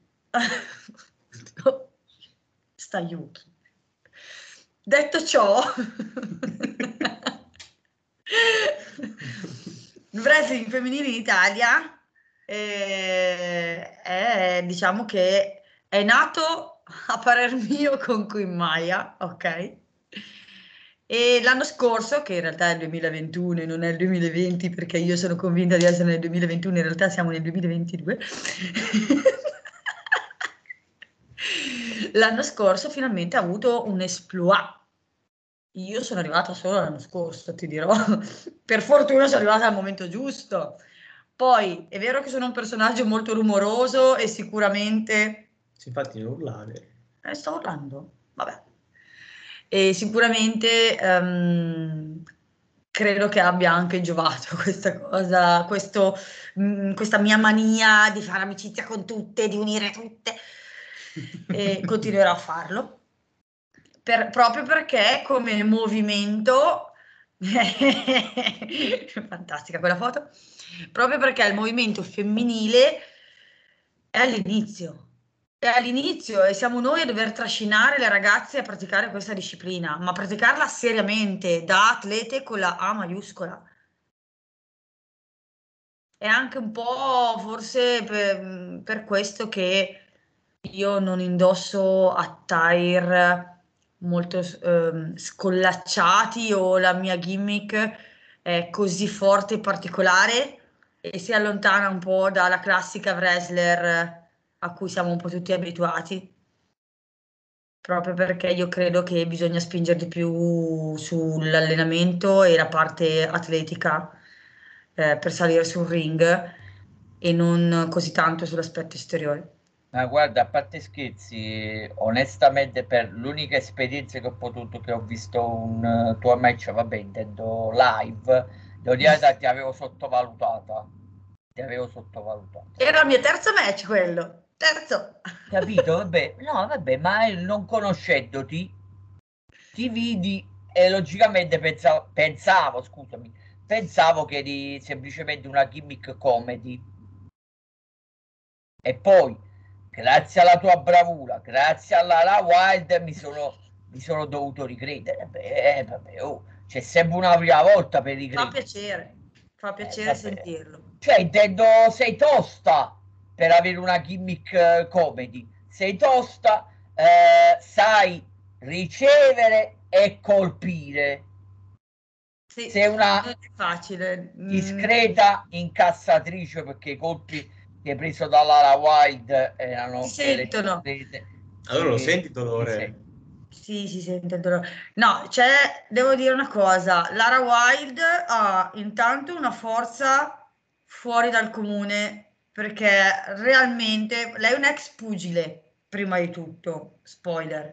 Sta Yuki. Detto ciò, il wrestling femminile in Italia eh, è, diciamo che è nato a parer mio con Queen Maya, ok? E l'anno scorso, che in realtà è il duemilaventuno e non è il duemilaventi, perché io sono convinta di essere nel duemilaventuno, in realtà siamo nel duemilaventidue. L'anno scorso finalmente ha avuto un exploit. Io sono arrivata solo l'anno scorso, ti dirò. Per fortuna sono arrivata al momento giusto. Poi è vero che sono un personaggio molto rumoroso e sicuramente... Sì, infatti non urlare. Eh, sto urlando, vabbè. E sicuramente ehm, credo che abbia anche giovato questa cosa, questo, mh, questa mia mania di fare amicizia con tutte, di unire tutte, e continuerò a farlo. Per- proprio perché come movimento, fantastica quella foto, proprio perché il movimento femminile è all'inizio, è all'inizio e siamo noi a dover trascinare le ragazze a praticare questa disciplina, ma praticarla seriamente da atlete con la A maiuscola. È anche un po' forse per, per questo che io non indosso attire molto ehm, scollacciati o la mia gimmick è così forte e particolare e si allontana un po' dalla classica wrestler a cui siamo un po' tutti abituati. Proprio perché io credo che bisogna spingere di più sull'allenamento e la parte atletica eh, per salire sul ring e non così tanto sull'aspetto esteriore. Ma guarda, a parte scherzi, onestamente per l'unica esperienza che ho potuto, che ho visto un eh, tuo match, vabbè, intendo live, devo dire, la verità, ti avevo sottovalutata, ti avevo sottovalutata. Era il mio terzo match quello, terzo. Capito? Vabbè, no, vabbè, ma non conoscendoti, ti vidi e logicamente pensavo, pensavo, scusami, pensavo che eri semplicemente una gimmick comedy. E poi, grazie alla tua bravura, grazie alla Lara Wild, mi sono, mi sono dovuto ricredere. Beh, vabbè, oh, c'è sempre una prima volta per Fa ricredere. piacere, fa Eh, piacere vabbè. sentirlo. Cioè, intendo, sei tosta per avere una gimmick eh, comedy. Sei tosta, eh, sai ricevere e colpire. Sì, Sei una non è facile. Mm, discreta incassatrice, perché i colpi che hai preso dalla Lara Wild erano si sentono. discrete. Allora lo Sì, senti il sì, dolore? Sì, si sente il dolore. No, c'è, devo dire una cosa, Lara Wild ha intanto una forza fuori dal comune, perché realmente lei è un'ex pugile, prima di tutto, spoiler.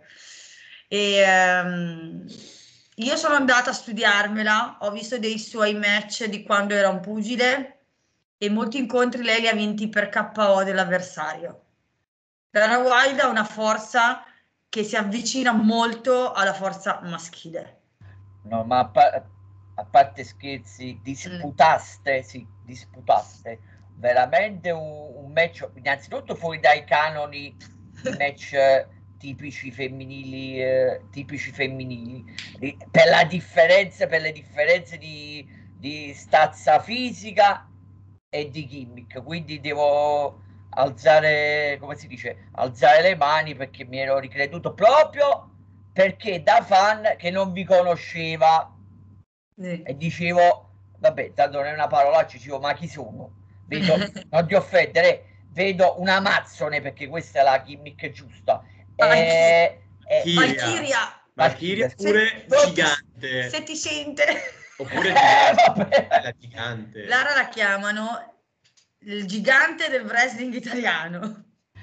E ehm, io sono andata a studiarmela, ho visto dei suoi match di quando era un pugile e molti incontri lei li ha vinti per K O dell'avversario. Lara Wild ha una forza che si avvicina molto alla forza maschile. No, ma a, pa- a parte scherzi, disputaste, sì, disputaste veramente un, un match, innanzitutto fuori dai canoni di match eh, tipici femminili, eh, tipici femminili, Di- per la differenza, per le differenze di, di stazza fisica e di gimmick, quindi devo alzare, come si dice, alzare le mani, perché mi ero ricreduto proprio perché da fan che non vi conosceva Sì. e dicevo, vabbè, tanto non è una parolaccia, dicevo, ma chi sono? Vedo, non ti offendere, vedo una mazzone, perché questa è la gimmick giusta. Valchi- E, e, Valkyria. Valchiria, Valkyria Valkyria, oppure se, se ti, gigante. se ti sente. Oppure eh, gigante. vabbè. Dai, la gigante. Lara la chiamano il gigante del wrestling italiano.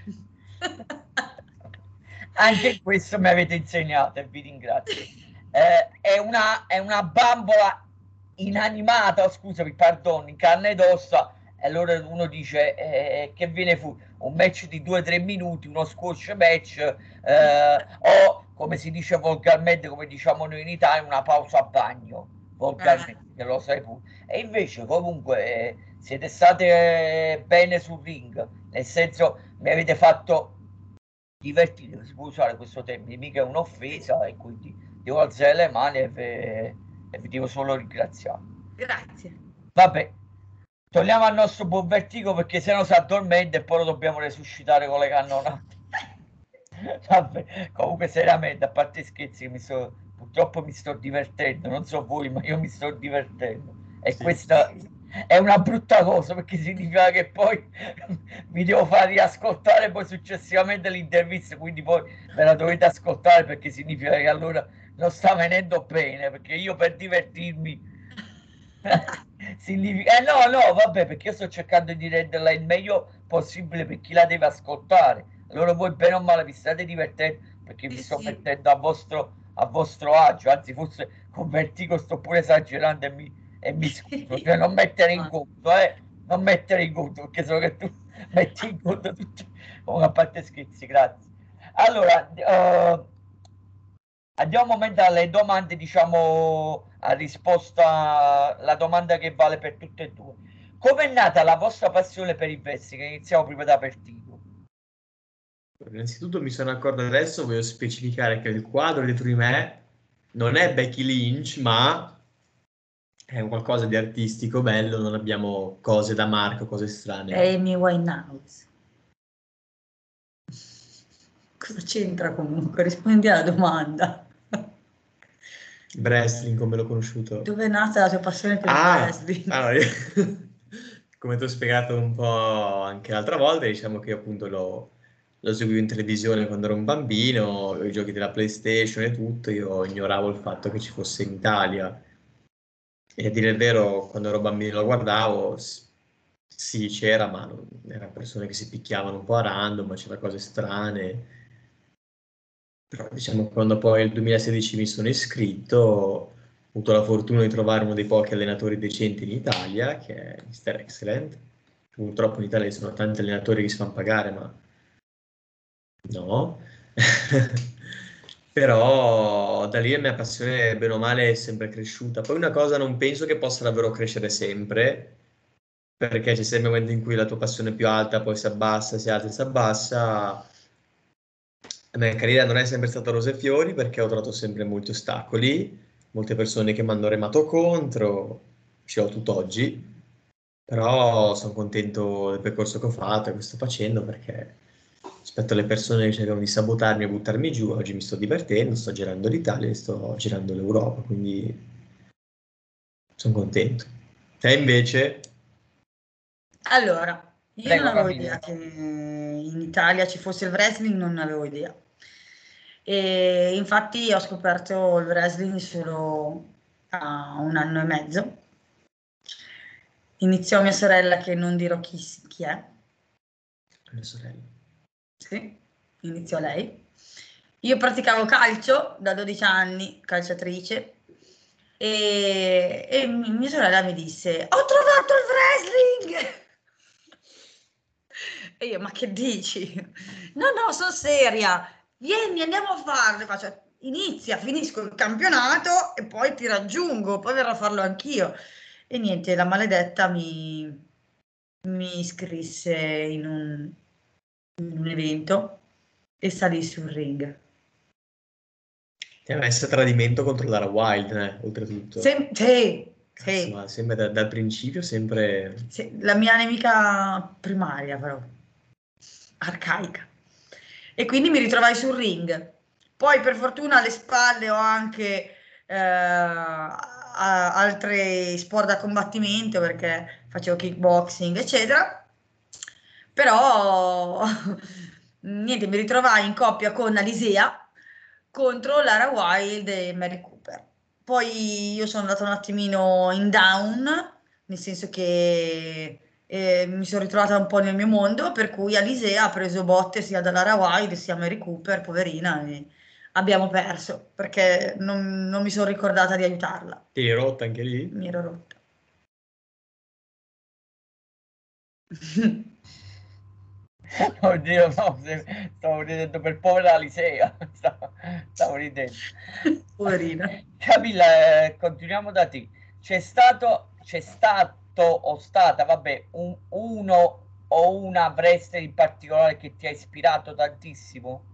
Anche in questo mi avete insegnato e vi ringrazio. Eh, è una, è una bambola inanimata, oh, scusami, perdono, in carne ed ossa. E allora uno dice eh, che viene fu un match di due tre minuti, uno squash match, eh, o come si dice volgarmente, come diciamo noi in Italia, una pausa a bagno, volgarmente, che lo sai pure. E invece comunque eh, siete state eh, bene sul ring, nel senso mi avete fatto divertire, si può usare questo termine, mica è un'offesa, e quindi devo alzare le mani e, ve- e vi devo solo ringraziare. Grazie. Vabbè, torniamo al nostro buon Vertigo, perché sennò si addormenta e poi lo dobbiamo resuscitare con le cannonate. Vabbè, comunque seriamente, a parte scherzi, mi sto, purtroppo mi sto divertendo, non so voi, ma io mi sto divertendo. E Sì. questa è una brutta cosa, perché significa che poi mi devo far riascoltare poi successivamente l'intervista, quindi poi me la dovete ascoltare, perché significa che allora non sta venendo bene, perché io per divertirmi significa... Eh no, no, vabbè, perché io sto cercando di renderla il meglio possibile per chi la deve ascoltare. Allora voi bene o male vi state divertendo, perché vi Sì, sto sì. mettendo a vostro, a vostro agio, anzi forse con Vertigo sto pure esagerando e mi, e mi scuso, cioè non mettere in conto, eh, non mettere in conto, perché so che tu metti in conto tutti, oh, a parte scherzi, grazie. Allora, eh, andiamo un momento alle domande, diciamo, a risposta, la domanda che vale per tutte e due. Come è nata la vostra passione per il wrestling? Iniziamo prima da Vertigo. Innanzitutto mi sono accorto adesso, voglio specificare che il quadro dietro di me non è Becky Lynch, ma è un qualcosa di artistico bello, non abbiamo cose da marca, cose strane. Amy Winehouse. Cosa c'entra comunque? Rispondi alla domanda. Wrestling, come l'ho conosciuto? Dove è nata la tua passione per il Ah, wrestling? ah, no, io- come ti ho spiegato un po' anche l'altra volta, diciamo che appunto lo, lo seguivo in televisione quando ero un bambino, i giochi della PlayStation e tutto, io ignoravo il fatto che ci fosse in Italia. E a dire il vero, quando ero bambino lo guardavo, s- sì, c'era, ma non- erano persone che si picchiavano un po' a random, ma c'erano cose strane. Però diciamo che quando poi nel duemilasedici mi sono iscritto, ho avuto la fortuna di trovare uno dei pochi allenatori decenti in Italia, che è mister Excellent. Purtroppo in Italia ci sono tanti allenatori che si fanno pagare, ma no. Però da lì la mia passione, bene o male, è sempre cresciuta. Poi una cosa non penso che possa davvero crescere sempre, perché c'è sempre un momento in cui la tua passione è più alta, poi si abbassa, si alza e si abbassa. La mia carriera non è sempre stata rose e fiori, perché ho trovato sempre molti ostacoli, molte persone che mi hanno remato contro, ce l'ho tutt'oggi, però sono contento del percorso che ho fatto e che sto facendo, perché rispetto alle persone che cercano di sabotarmi e buttarmi giù, oggi mi sto divertendo, sto girando l'Italia e sto girando l'Europa, quindi sono contento. Te invece? Allora, io non Prego avevo Camilla. idea che in Italia ci fosse il wrestling, non ne avevo idea. E infatti ho scoperto il wrestling solo a un anno e mezzo. Iniziò mia sorella, che non dirò chi, chi è. Mia sorella. Sì, iniziò lei. Io praticavo calcio da dodici anni, calciatrice, e, e mi- mia sorella mi disse: Ho trovato il wrestling! E io, ma che dici? No, no, sono seria. Vieni, andiamo a farlo. Faccio, inizia, finisco il campionato e poi ti raggiungo, poi verrò a farlo anch'io. E niente, la maledetta mi, mi iscrisse in un, in un evento e salì sul ring. Ti ha messo a tradimento contro Lara Wild, eh, oltretutto. Sem- sì, Cazzo, sì, ma sembra da- dal principio sempre... sì, la mia nemica primaria, però, arcaica. E quindi mi ritrovai sul ring. Poi per fortuna alle spalle ho anche eh, a- altri sport da combattimento, perché facevo kickboxing, eccetera. Però niente, mi ritrovai in coppia con Alisea contro Lara Wild e Mary Cooper. Poi io sono andata un attimino in down, nel senso che eh, mi sono ritrovata un po' nel mio mondo, per cui Alisea ha preso botte sia da Lara Wild sia Mary Cooper, poverina, e abbiamo perso perché non, non mi sono ricordata di aiutarla. Ti eri rotta anche lì? Mi ero rotta. Oddio, no, se- stavo ridendo per povera Alisea. Stavo, stavo ridendo. Poverina. Camilla, eh, continuiamo da te. C'è stato, c'è stato o stata, vabbè, un- uno o una wrestler in particolare che ti ha ispirato tantissimo?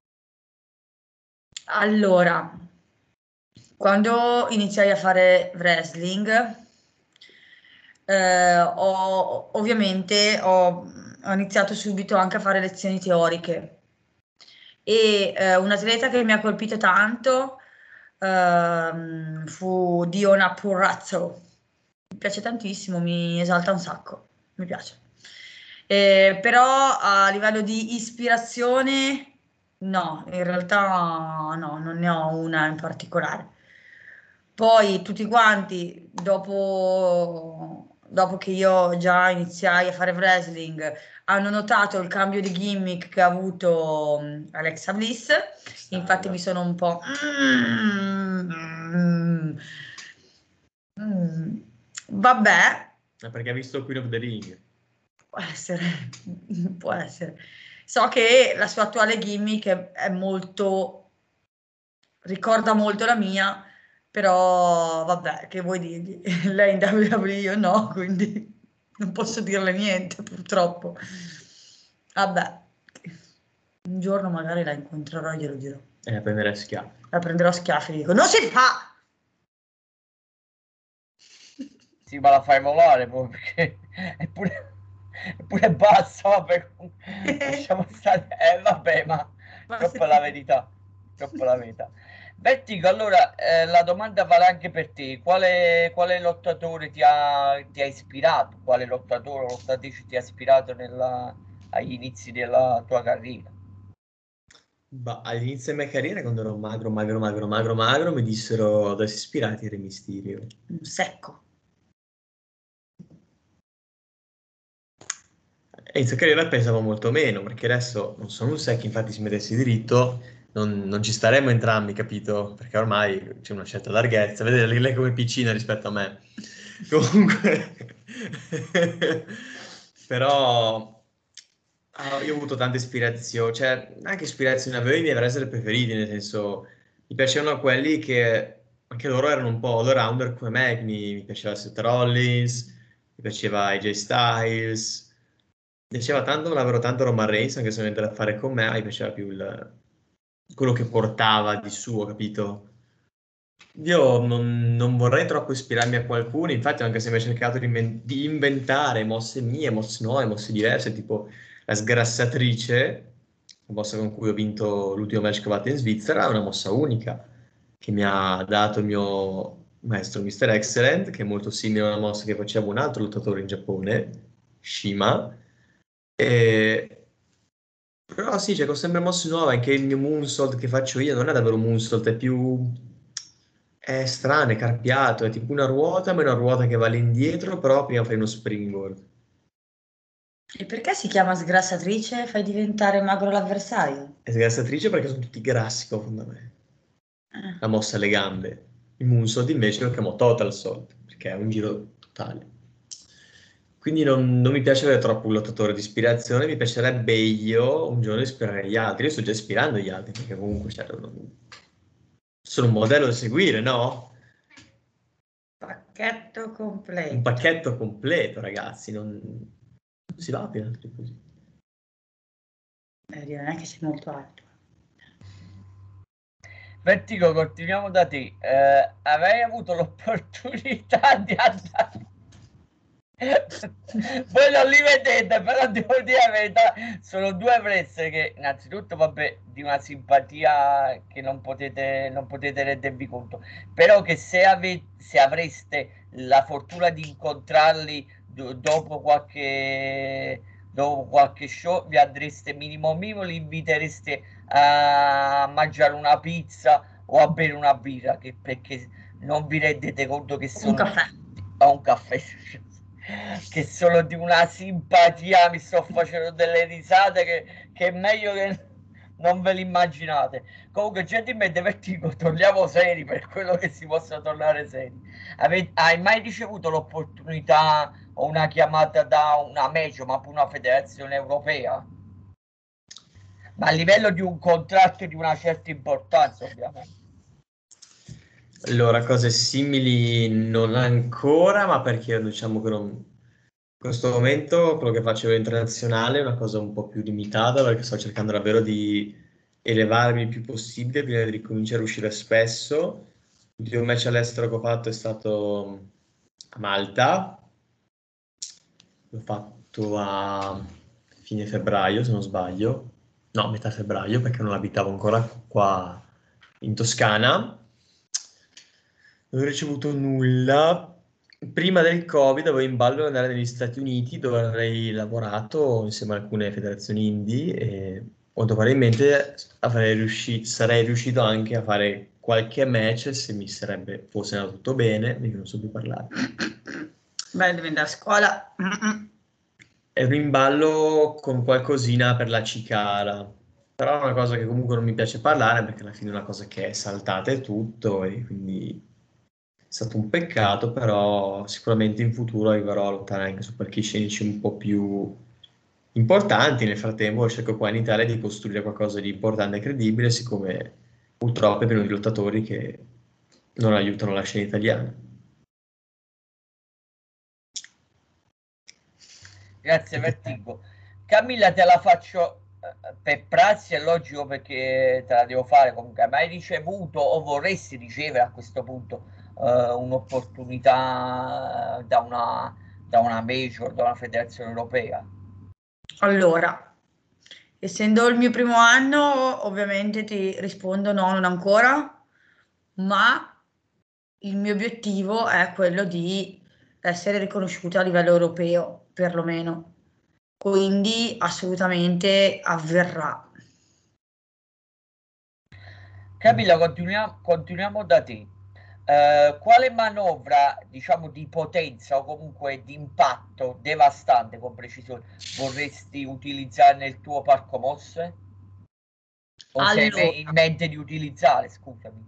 Allora, quando iniziai a fare wrestling, eh, ho, ovviamente ho, ho iniziato subito anche a fare lezioni teoriche e eh, un atleta che mi ha colpito tanto ehm, fu Diona Purrazzo. Mi piace tantissimo, mi esalta un sacco, mi piace. Eh, però a livello di ispirazione, no, in realtà no, non ne ho una in particolare. Poi tutti quanti, dopo, dopo che io già iniziai a fare wrestling, hanno notato il cambio di gimmick che ha avuto mh, Alexa Bliss. Infatti mi sono un po'... Mm, mm, vabbè, Ah, perché ha visto Queen of the Ring. può essere, può essere. So che la sua attuale gimmick è, è molto, ricorda molto la mia, però vabbè, che vuoi dirgli? Lei in W W E, io no, quindi non posso dirle niente, purtroppo. Vabbè, un giorno magari la incontrerò e glielo dirò. E a prendere a schiaffi. La prenderò a schiaffi e dico, non si fa! Sì, ma la fai volare poi perché è pure, è pure bassa, vabbè, comunque, lasciamo stare. Eh, vabbè, ma Ma troppo la sì. verità, troppo la verità. Bettico, allora eh, la domanda vale anche per te. Quale, quale lottatore ti ha, ti ha ispirato? Quale lottatore o lottatrice ti ha ispirato nella- agli inizi della tua carriera? Bah, all'inizio della mia carriera, quando ero magro, magro, magro, magro, magro, mi dissero da ispirati a Re Mysterio. Un secco. E inizio carriera pesavo molto meno, perché adesso non sono un secchio, infatti se mi mettessi diritto non, non ci staremmo entrambi, capito? Perché ormai c'è una certa larghezza, vedete lei lei come piccina rispetto a me. Comunque, però ah, io ho avuto tante ispirazioni, cioè anche ispirazioni avevo i miei wrestler preferiti, nel senso mi piacevano quelli che anche loro erano un po' all-rounder come me, quindi mi piaceva Seth Rollins, mi piaceva A J Styles, mi piaceva tanto, non avevo tanto Roman Reigns, anche se non aveva a fare con me, mi piaceva più il, quello che portava di suo, capito? Io non, non vorrei troppo ispirarmi a qualcuno, infatti ho anche sempre cercato di, inven- di inventare mosse mie, mosse nuove, mosse diverse, tipo la sgrassatrice, la mossa con cui ho vinto l'ultimo match che ho fatto in Svizzera, è una mossa unica che mi ha dato il mio maestro mister Excellent, che è molto simile a una mossa che faceva un altro lottatore in Giappone, Shima. E... Però sì, cerco sempre mosse nuove, anche il mio moonsault che faccio io non è davvero un moonsault, è più... è strano, è carpiato, è tipo una ruota, ma è una ruota che va all'indietro, però prima fai uno springboard. E perché si chiama sgrassatrice? Fai diventare magro l'avversario? È sgrassatrice perché sono tutti grassi profondamente. Ah. La mossa alle gambe. Il moonsault invece lo chiamo total salt, perché è un giro totale. Quindi non, non mi piace avere troppo un lottatore di ispirazione, mi piacerebbe io un giorno ispirare gli altri. Io sto già ispirando gli altri, perché comunque cioè, non- sono un modello da seguire, no? Pacchetto Un completo. pacchetto completo, ragazzi, non, non si va più in altri così. Eh, non è che sei molto alto. Vertigo, continuiamo da te. Eh, avrei avuto l'opportunità di andare. Voi non li vedete, però devo dire la verità, sono due wrestler che innanzitutto, vabbè, di una simpatia che non potete, non potete rendervi conto, però che se, ave- se avreste la fortuna di incontrarli do- dopo qualche, dopo qualche show, vi andreste minimo minimo, li invitereste a mangiare una pizza o a bere una birra, che, perché non vi rendete conto che Un sono caffè. a un caffè che sono di una simpatia, mi sto facendo delle risate che, che è meglio che non ve l'immaginate. Comunque, gentilmente, Vertigo, torniamo seri per quello che si possa tornare seri. Ave- hai mai ricevuto l'opportunità o una chiamata da una Megio, ma pure una federazione europea? Ma a livello di un contratto di una certa importanza, ovviamente. Allora, cose simili non ancora, ma perché diciamo che non... in questo momento quello che faccio a livello internazionale è una cosa un po' più limitata perché sto cercando davvero di elevarmi il più possibile prima di ricominciare a uscire spesso. L'ultimo match all'estero che ho fatto è stato a Malta, l'ho fatto a fine febbraio se non sbaglio, no, metà febbraio perché non abitavo ancora qua in Toscana. Non ho ricevuto nulla. Prima del Covid avevo in ballo di andare negli Stati Uniti dove avrei lavorato insieme a alcune federazioni indie e quanto pare in mente avrei riusci- sarei riuscito anche a fare qualche match se mi sarebbe fosse andato tutto bene, perché non so più parlare. Beh, devi andare a scuola. Mm-mm. Ero in ballo con qualcosina per la Cicara, però è una cosa che comunque non mi piace parlare perché alla fine è una cosa che è saltata e tutto e quindi è stato un peccato, però sicuramente in futuro arriverò a lottare anche su palcoscenici un po' più importanti. Nel frattempo cerco qua in Italia di costruire qualcosa di importante e credibile, siccome purtroppo è pieno di lottatori che non aiutano la scena italiana. Grazie, Vertigo. Camilla, te la faccio eh, per prassi, è logico perché te la devo fare comunque. Hai mai ricevuto o vorresti ricevere a questo punto eh, un'opportunità da una, da una major, da una federazione europea? Allora, essendo il mio primo anno, ovviamente ti rispondo no, non ancora, ma il mio obiettivo è quello di essere riconosciuta a livello europeo, perlomeno. Quindi assolutamente avverrà. Camilla, continuiamo, continuiamo da te. Eh, quale manovra, diciamo, di potenza o comunque di impatto devastante con precisione vorresti utilizzare nel tuo parco mosse? O se hai me- Allora, in mente di utilizzare, scusami.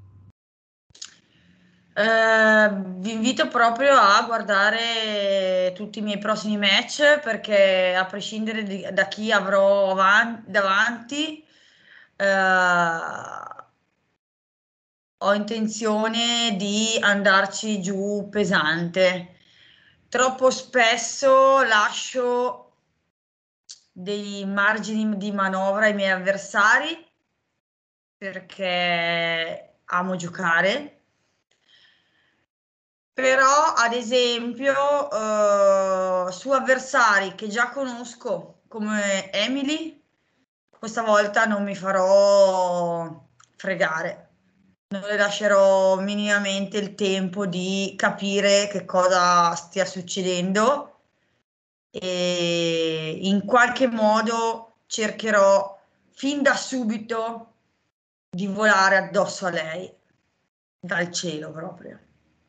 eh, vi invito proprio a guardare tutti i miei prossimi match perché a prescindere di- da chi avrò avan- davanti, eh, ho intenzione di andarci giù pesante. Troppo spesso lascio dei margini di manovra ai miei avversari perché amo giocare. Però, ad esempio, eh, su avversari che già conosco, come Emily, questa volta non mi farò fregare. Non le lascerò minimamente il tempo di capire che cosa stia succedendo e in qualche modo cercherò fin da subito di volare addosso a lei, dal cielo proprio.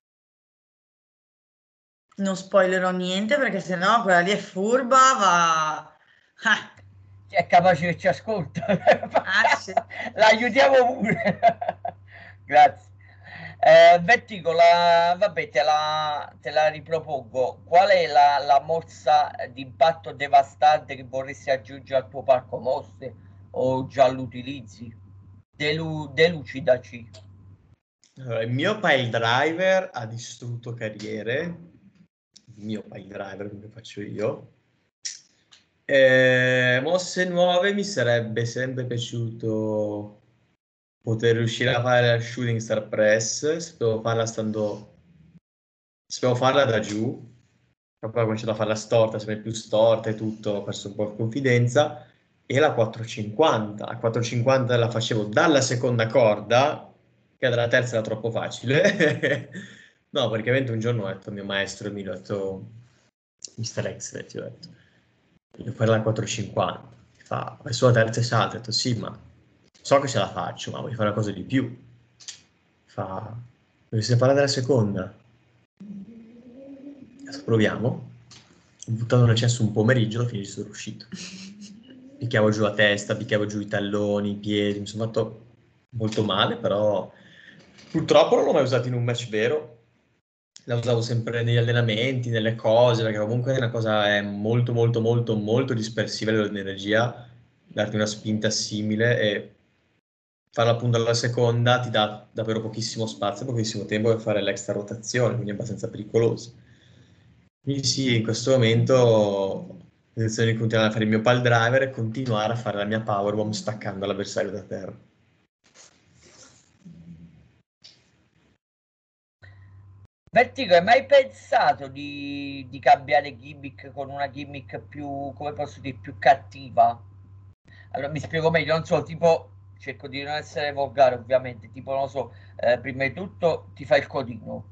Non spoilerò niente perché sennò quella lì è furba, va... Ah, È capace che ci ascolta. ah, sì. L'aiutiamo pure. Grazie. Eh, Vertigo, la, vabbè, te la, te la ripropongo. Qual è la, la mossa d'impatto devastante che vorresti aggiungere al tuo parco mosse o già l'utilizzi? Delu, delucidaci. Allora, il mio pile driver ha distrutto carriere, il mio pile driver come faccio io. Eh, mosse nuove mi sarebbe sempre piaciuto poter riuscire a fare la shooting star press, sapevo farla stando, sapevo farla da giù, poi ho cominciato a farla storta, sempre più storta e tutto, ho perso un po' di confidenza, e la quattrocentocinquanta, la quattrocentocinquanta la facevo dalla seconda corda, che dalla terza era troppo facile. No, perché veramente un giorno ho detto al mio maestro, mi ha detto, mister X, ti ho detto, voglio fare la quattrocentocinquanta. Mi fa, vai sulla terza e salta. Ho detto, sì, ma so che ce la faccio, ma voglio fare una cosa di più. Mi fa, dovresti fare della seconda. Adesso proviamo. Ho buttato nel cesso un pomeriggio, alla fine ci sono riuscito. Picchiavo giù la testa, picchiavo giù i talloni, i piedi, mi sono fatto molto male, però purtroppo non l'ho mai usato in un match vero. La usavo sempre negli allenamenti, nelle cose, perché comunque è una cosa è molto molto molto molto dispersiva a livello di energia, darti una spinta simile e farla appunto alla seconda ti dà davvero pochissimo spazio, pochissimo tempo per fare l'extra rotazione, quindi è abbastanza pericoloso. Quindi sì, in questo momento ho intenzione di continuare a fare il mio pile driver e continuare a fare la mia powerbomb staccando l'avversario da terra. Vertigo, hai mai pensato di, di cambiare gimmick con una gimmick più, come posso dire, più cattiva? Allora mi spiego meglio, non so, tipo, cerco di non essere volgare ovviamente, tipo, non so, eh, prima di tutto ti fai il codino,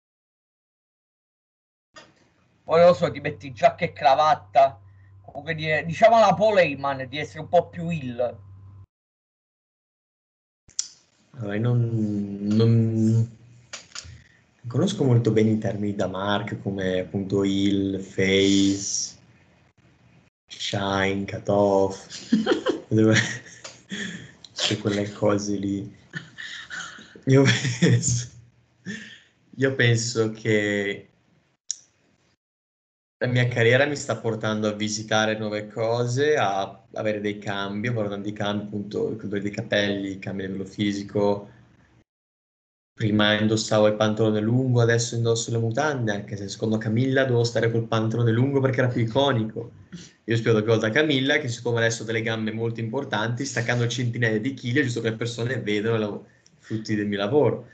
poi non lo so, ti metti giacca e cravatta, comunque di- diciamo alla Paul Heyman, di essere un po' più heel. Allora, io non, non- non conosco molto bene i termini da marca come appunto heel, face, shine, cut off, c'è quelle cose lì. Io penso, io penso che la mia carriera mi sta portando a visitare nuove cose, a avere dei cambi, ho fatto tanti cambi, appunto, il colore dei capelli, cambi a livello fisico. Prima indossavo il pantalone lungo, adesso indosso le mutande, anche se secondo Camilla dovevo stare col pantalone lungo perché era più iconico. Io spiego che cosa a Camilla, che siccome adesso ho delle gambe molto importanti, staccando centinaia di chili, è giusto che le persone vedano i frutti del mio lavoro.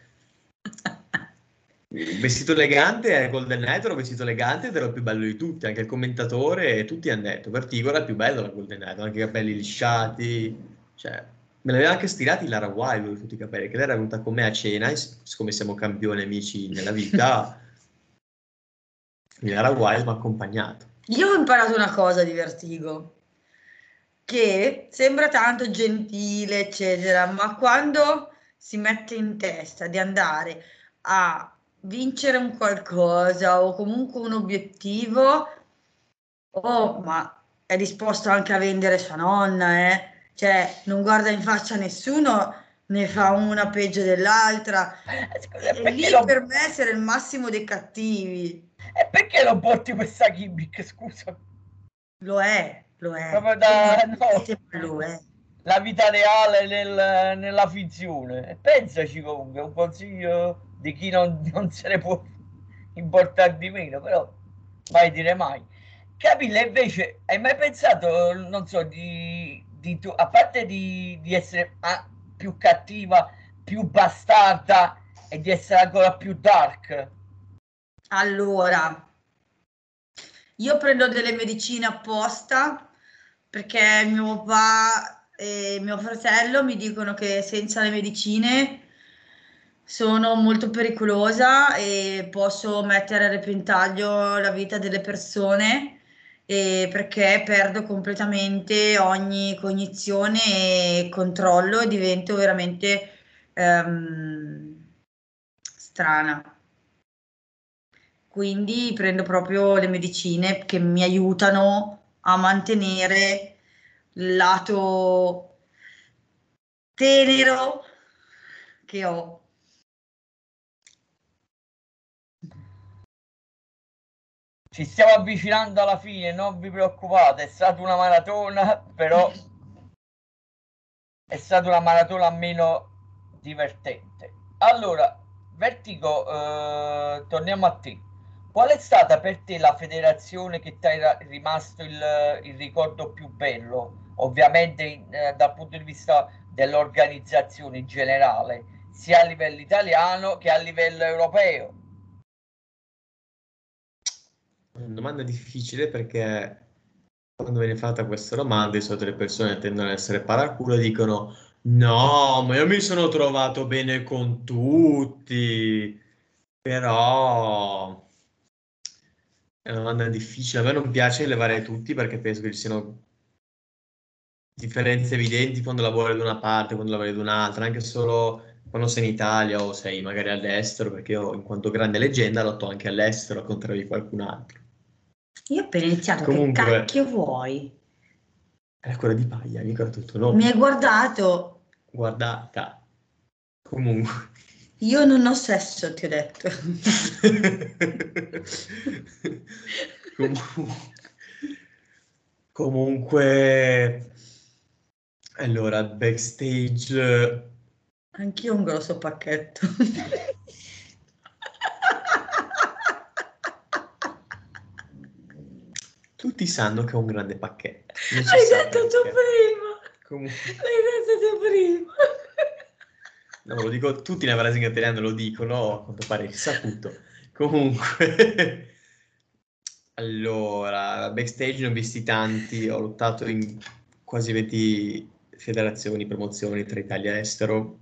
Il vestito elegante è Golden Night, ero vestito elegante ed ero il più bello di tutti, anche il commentatore, tutti hanno detto, Vertigo era il più bello la Golden Night, anche i capelli lisciati, cioè, me l'aveva anche stirati Lara Wild tutti i capelli, che lei era venuta con me a cena, e siccome siamo campioni amici nella vita, Lara Wild mi ha accompagnato. Io ho imparato una cosa di Vertigo, che sembra tanto gentile, eccetera, ma quando si mette in testa di andare a vincere un qualcosa o comunque un obiettivo, oh, ma è disposto anche a vendere sua nonna, eh? Cioè, non guarda in faccia a nessuno, ne fa una peggio dell'altra. Scusa, E perché lì per non, me essere il massimo dei cattivi. e perché non porti questa gimmick, scusa? Lo è, lo è. Proprio Io non da, lo no, sentite, ma lo è. la vita reale nel, nella finzione. Pensaci comunque, è un consiglio di chi non, non se ne può importare di meno, però mai dire mai. Camilla, invece, hai mai pensato, non so, di, di tu, a parte di, di essere ah, più cattiva, più bastarda e di essere ancora più dark? Allora, io prendo delle medicine apposta perché mio papà e mio fratello mi dicono che senza le medicine sono molto pericolosa e posso mettere a repentaglio la vita delle persone e perché perdo completamente ogni cognizione e controllo e divento veramente ehm, strana. Quindi prendo proprio le medicine che mi aiutano a mantenere il lato tenero che ho. Ci stiamo avvicinando alla fine, non vi preoccupate, è stata una maratona, però è stata una maratona meno divertente. Allora, Vertigo, eh, torniamo a te. Qual è stata per te la federazione che ti è rimasto il, il ricordo più bello? Ovviamente in, eh, dal punto di vista dell'organizzazione in generale, sia a livello italiano che a livello europeo. Una domanda difficile perché quando viene fatta questa domanda di solito le persone tendono ad essere paraculo e dicono no, ma io mi sono trovato bene con tutti, però è una domanda difficile. A me non piace elevare tutti perché penso che ci siano differenze evidenti quando lavori da una parte, quando lavori da un'altra, anche solo quando sei in Italia o sei magari all'estero, perché io in quanto grande leggenda lotto anche all'estero, al contrario di qualcun altro. Io ho appena iniziato, che Comunque, cacchio vuoi? era quella di paglia, mica era tutto Mi nome. hai guardato? Guardata. Comunque. Io non ho sesso, ti ho detto. Comunque. Comunque. Allora, backstage. Anch'io ho un grosso pacchetto. Tutti sanno che ho un grande pacchetto. Non si L'hai sa detto tu perché. prima. Comunque. L'hai detto tu prima. No, lo dico, tutti nella Brasile italiana lo dicono, a quanto pare risaputo. Comunque, allora, backstage ne ho visti tanti, ho lottato in quasi venti federazioni, promozioni tra Italia e estero.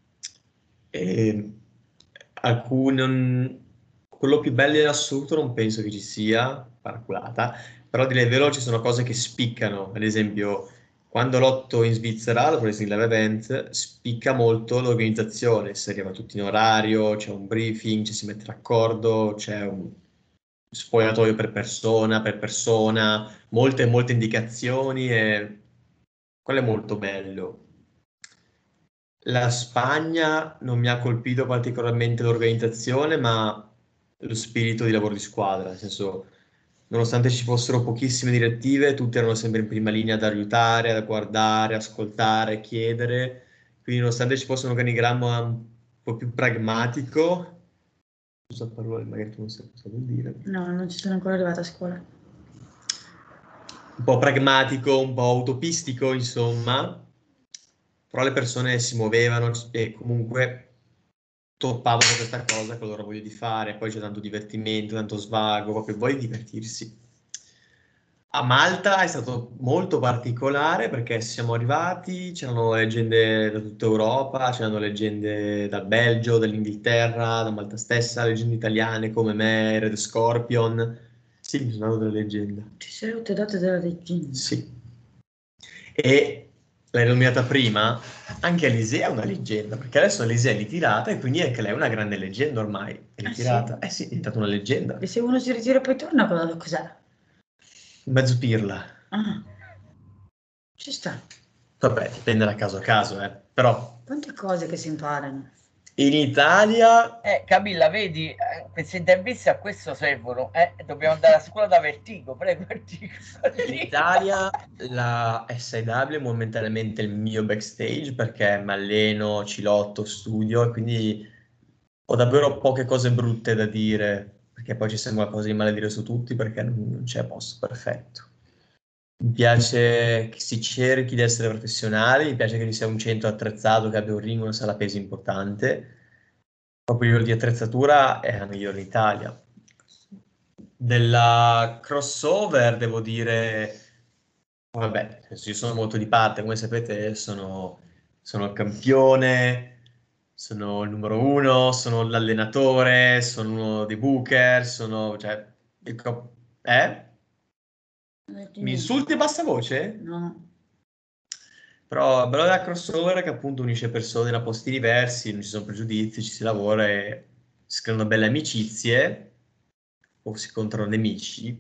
E alcuni, non- quello più bello in assoluto non penso che ci sia, paraculata, però a dire il vero ci sono cose che spiccano, ad esempio quando lotto in Svizzera, la Wrestling Live Event, spicca molto l'organizzazione, si arriva tutti in orario, c'è un briefing, ci si mette d'accordo, c'è un spogliatoio per persona, per persona, molte molte indicazioni e quello è molto bello. La Spagna non mi ha colpito particolarmente l'organizzazione, ma lo spirito di lavoro di squadra, nel senso, nonostante ci fossero pochissime direttive, tutti erano sempre in prima linea ad aiutare, ad guardare, ascoltare, chiedere, quindi nonostante ci fosse un organigramma un po' più pragmatico, scusa parole, magari tu non sai cosa vuol dire, No, non ci sono ancora arrivata a scuola. un po' pragmatico, un po' utopistico, insomma, però le persone si muovevano e comunque toppavano questa cosa con la loro voglia di fare, poi c'è tanto divertimento, tanto svago, proprio voglia di divertirsi. A Malta è stato molto particolare perché siamo arrivati, c'erano leggende da tutta Europa, c'erano leggende dal Belgio, dall'Inghilterra, da Malta stessa, leggende italiane come me, Red Scorpion. Sì, mi sono dato delle leggende. Ci sei dato della regina. Sì. E l'hai nominata prima, anche Alisea è una leggenda, perché adesso Alisea è ritirata e quindi anche lei è una grande leggenda ormai. È Ah, ritirata? sì? Eh sì, è diventata una leggenda. E se uno si ritira e poi torna, cosa- cos'è? Mezzo pirla. Ah, ci sta. Vabbè, dipende da caso a caso, eh. Però Quante cose che si imparano. In Italia... Eh, Camilla, vedi, eh, queste interviste a questo servono. Eh? Dobbiamo andare a scuola da Vertigo, prego, Vertigo. In Italia la S I W è momentaneamente il mio backstage perché mi alleno, ci lotto, studio e quindi ho davvero poche cose brutte da dire, perché poi ci sembra qualcosa di male dire su tutti perché non, non c'è posto perfetto. Mi piace che si cerchi di essere professionali, mi piace che ci sia un centro attrezzato, che abbia un ring, una sala pesi importante. Proprio il livello di attrezzatura è la migliore in Italia. Della crossover devo dire, vabbè, io sono molto di parte, come sapete sono, sono il campione, sono il numero uno, sono l'allenatore, sono uno dei booker, sono, cioè, il co- eh? Mi insulti a bassa voce? No. Però il bello della crossover è che appunto unisce persone da posti diversi, non ci sono pregiudizi, ci si lavora e si creano belle amicizie o si incontrano nemici,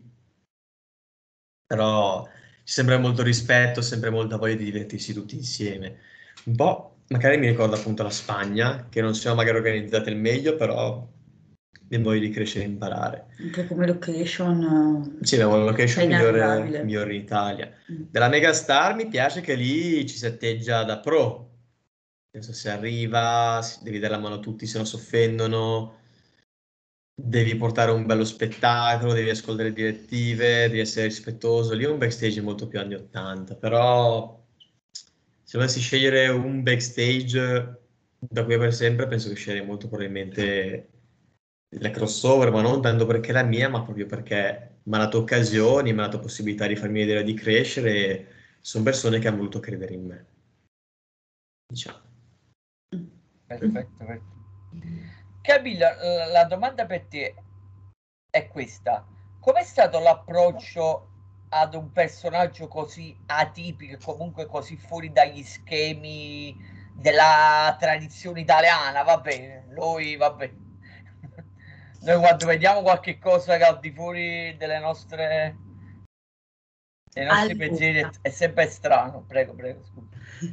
però ci sembra molto rispetto, sempre molta voglia di divertirsi tutti insieme. Un po', magari mi ricorda appunto la Spagna, che non siamo magari organizzate il meglio, però abbiamo voglia di crescere e imparare. Anche come location Sì, abbiamo la è location migliore, inarrivabile. migliore in Italia. Mm. Della Megastar mi piace che lì ci si atteggia da pro. Penso se arriva, si- devi dare la mano a tutti se non si offendono, devi portare un bello spettacolo, devi ascoltare le direttive, devi essere rispettoso. Lì è un backstage molto più anni ottanta, però se dovessi scegliere un backstage da qui a per sempre, penso che sceglierei molto probabilmente la crossover, ma non tanto perché è la mia, ma proprio perché mi ha dato occasioni, mi ha dato possibilità di farmi vedere, di crescere, e sono persone che hanno voluto credere in me. Diciamo. Perfetto, perfetto. Camilla, la, la domanda per te è questa. Com'è stato l'approccio ad un personaggio così atipico e comunque così fuori dagli schemi della tradizione italiana? Va bene, noi, vabbè. Noi quando vediamo qualche cosa che al di fuori delle nostre, dei nostri Allora. pensieri è, è sempre strano. Prego, prego, scusa.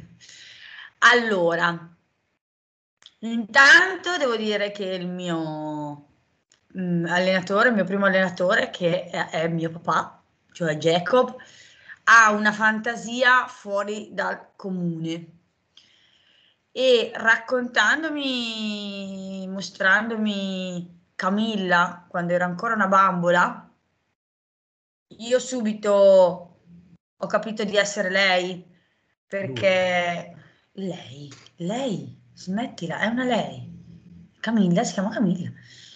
Allora, intanto devo dire che il mio mh, allenatore, il mio primo allenatore, che è, è mio papà, cioè Jacob, ha una fantasia fuori dal comune. E raccontandomi, mostrandomi Camilla quando era ancora una bambola, io subito ho capito di essere lei, perché lei, lei, smettila, è una lei. Camilla, si chiama Camilla.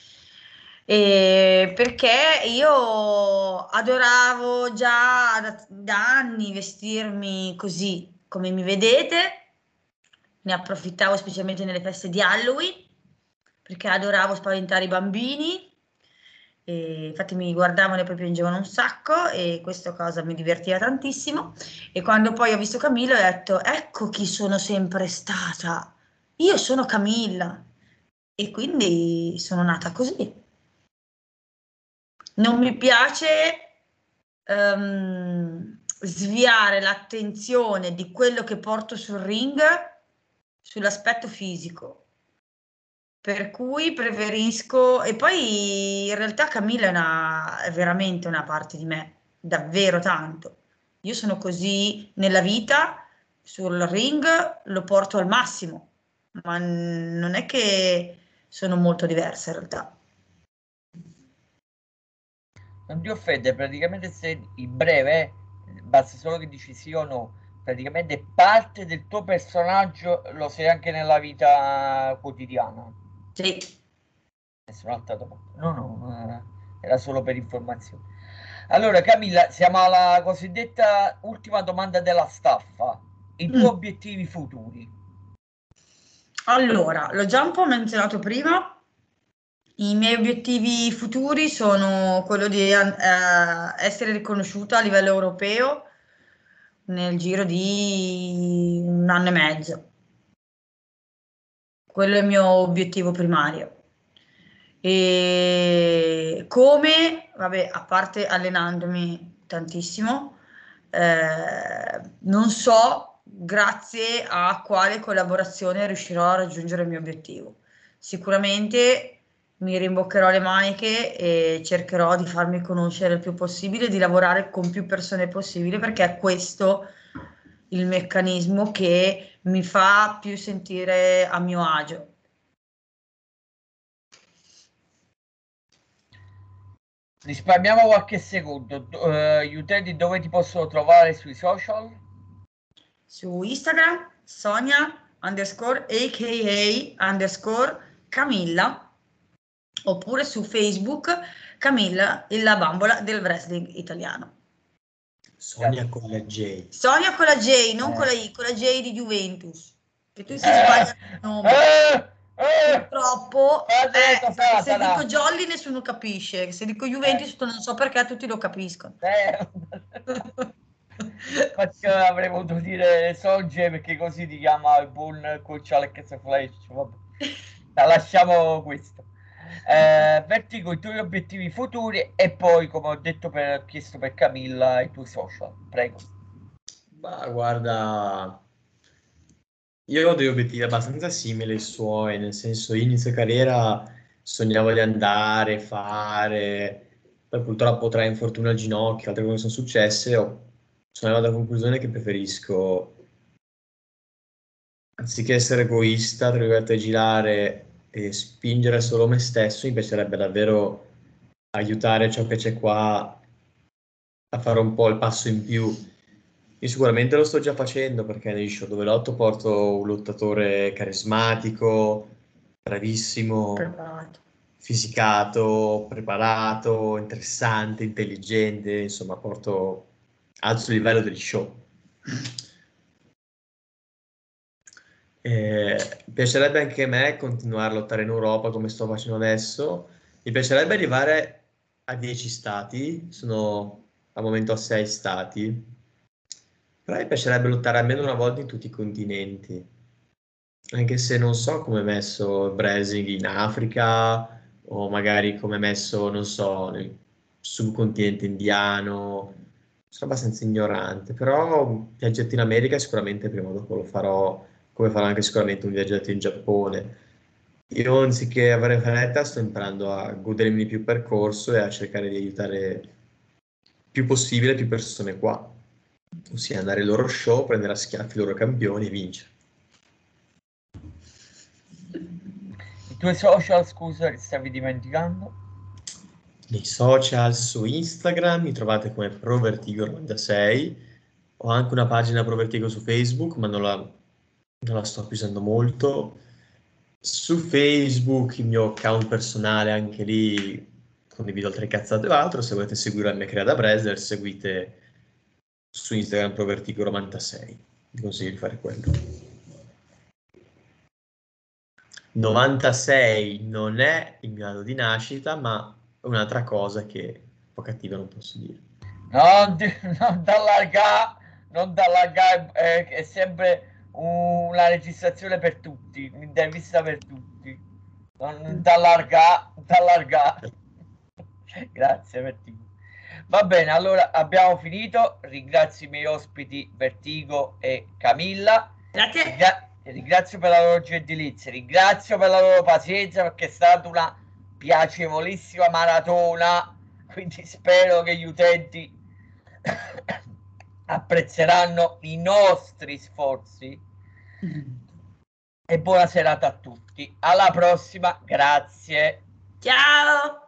E perché io adoravo già da, da anni vestirmi così come mi vedete, ne approfittavo specialmente nelle feste di Halloween, perché adoravo spaventare i bambini. E infatti mi guardavano e poi piangevano un sacco e questa cosa mi divertiva tantissimo. E quando poi ho visto Camilla ho detto ecco chi sono sempre stata, io sono Camilla e quindi sono nata così. Non mi piace um, sviare l'attenzione di quello che porto sul ring sull'aspetto fisico. Per cui preferisco, e poi in realtà Camilla è, una, è veramente una parte di me, davvero tanto. Io sono così nella vita, sul ring lo porto al massimo, ma non è che sono molto diversa in realtà. Non ti offende, praticamente se in breve, basta solo che dici sì o no, praticamente parte del tuo personaggio lo sei anche nella vita quotidiana. Sì. Nessun'altra domanda. No, no, eh, era solo per informazioni. Allora, Camilla, siamo alla cosiddetta ultima domanda della staffa. I tuoi Mm. obiettivi futuri? Allora, l'ho già un po' menzionato prima. I miei obiettivi futuri sono quello di eh, essere riconosciuta a livello europeo nel giro di un anno e mezzo. Quello è il mio obiettivo primario. E come, vabbè, a parte allenandomi tantissimo, eh, non so grazie a quale collaborazione riuscirò a raggiungere il mio obiettivo. sicuramente mi rimboccherò le maniche e cercherò di farmi conoscere il più possibile, di lavorare con più persone possibile, perché è questo il meccanismo che mi fa più sentire a mio agio. Risparmiamo qualche secondo. Uh, gli utenti dove ti possono trovare sui social? Su Instagram, Sonia underscore aka underscore Camilla, oppure su Facebook, Camilla, la bambola del wrestling italiano. Sonia con la J. Sonia con la J, non Eh. con la I, con la J di Juventus. Che tu si Eh, sbaglia il nome. eh, eh, Purtroppo, Padre eh, se Satana. dico Jolly nessuno capisce, se dico Juventus non so perché tutti lo capiscono. Eh. Perché avrei potuto dire Songe, perché così ti chiama il buon coach Alex Flash. Vabbè. La lasciamo questo. Eh, Vertigo, i tuoi obiettivi futuri e poi, come ho detto, per chiesto per Camilla, i tuoi social. Prego. Ma guarda, io ho degli obiettivi abbastanza simili ai suoi, nel senso inizio carriera sognavo di andare, fare, poi purtroppo tra infortuni al ginocchio, altre cose sono successe, ho, sono arrivato alla conclusione che preferisco, anziché essere egoista, tra virgolette, girare e spingere solo me stesso, mi piacerebbe davvero aiutare ciò che c'è qua a fare un po' il passo in più. Io sicuramente lo sto già facendo perché nel show dove lotto porto un lottatore carismatico, bravissimo, Preparato. fisicato, preparato, interessante, intelligente, insomma porto alzo il livello del show. Eh, mi piacerebbe anche a me continuare a lottare in Europa come sto facendo adesso. Mi piacerebbe arrivare a dieci stati, sono al momento a sei stati, però mi piacerebbe lottare almeno una volta in tutti i continenti, anche se non so come è messo il wrestling in Africa o magari come è messo, non so, nel subcontinente indiano. Sono abbastanza ignorante, però un viaggetto in America sicuramente prima o dopo lo farò, come farò anche sicuramente un viaggetto in Giappone. Io anziché avere fretta sto imparando a godermi di più il percorso e a cercare di aiutare il più possibile più persone qua, ossia andare ai loro show, prendere a schiaffi i loro campioni e vincere. I tuoi social, scusa, che stavi dimenticando? Nei social, su Instagram mi trovate come ProVertigo novantasei, ho anche una pagina ProVertigo su Facebook, ma non la, non la sto più usando molto. Su Facebook il mio account personale, anche lì condivido altre cazzate o altro. Se volete seguire la mia creata Bresler, seguite su Instagram ProVertigo novantasei, vi consiglio di fare quello. novantasei non è il mio anno di nascita, ma è un'altra cosa che un po' cattiva non posso dire. Non, non t'allargare, non t'allargare, è, è sempre una registrazione per tutti, un'intervista per tutti. Non t'allargare, non t'allargare. Grazie Vertigo. Va bene, allora abbiamo finito. Ringrazio i miei ospiti Vertigo e Camilla. Grazie. Ringra- ringrazio per la loro gentilezza, ringrazio per la loro pazienza perché è stata una piacevolissima maratona, quindi spero che gli utenti apprezzeranno i nostri sforzi. E buona serata a tutti. Alla prossima, grazie. Ciao.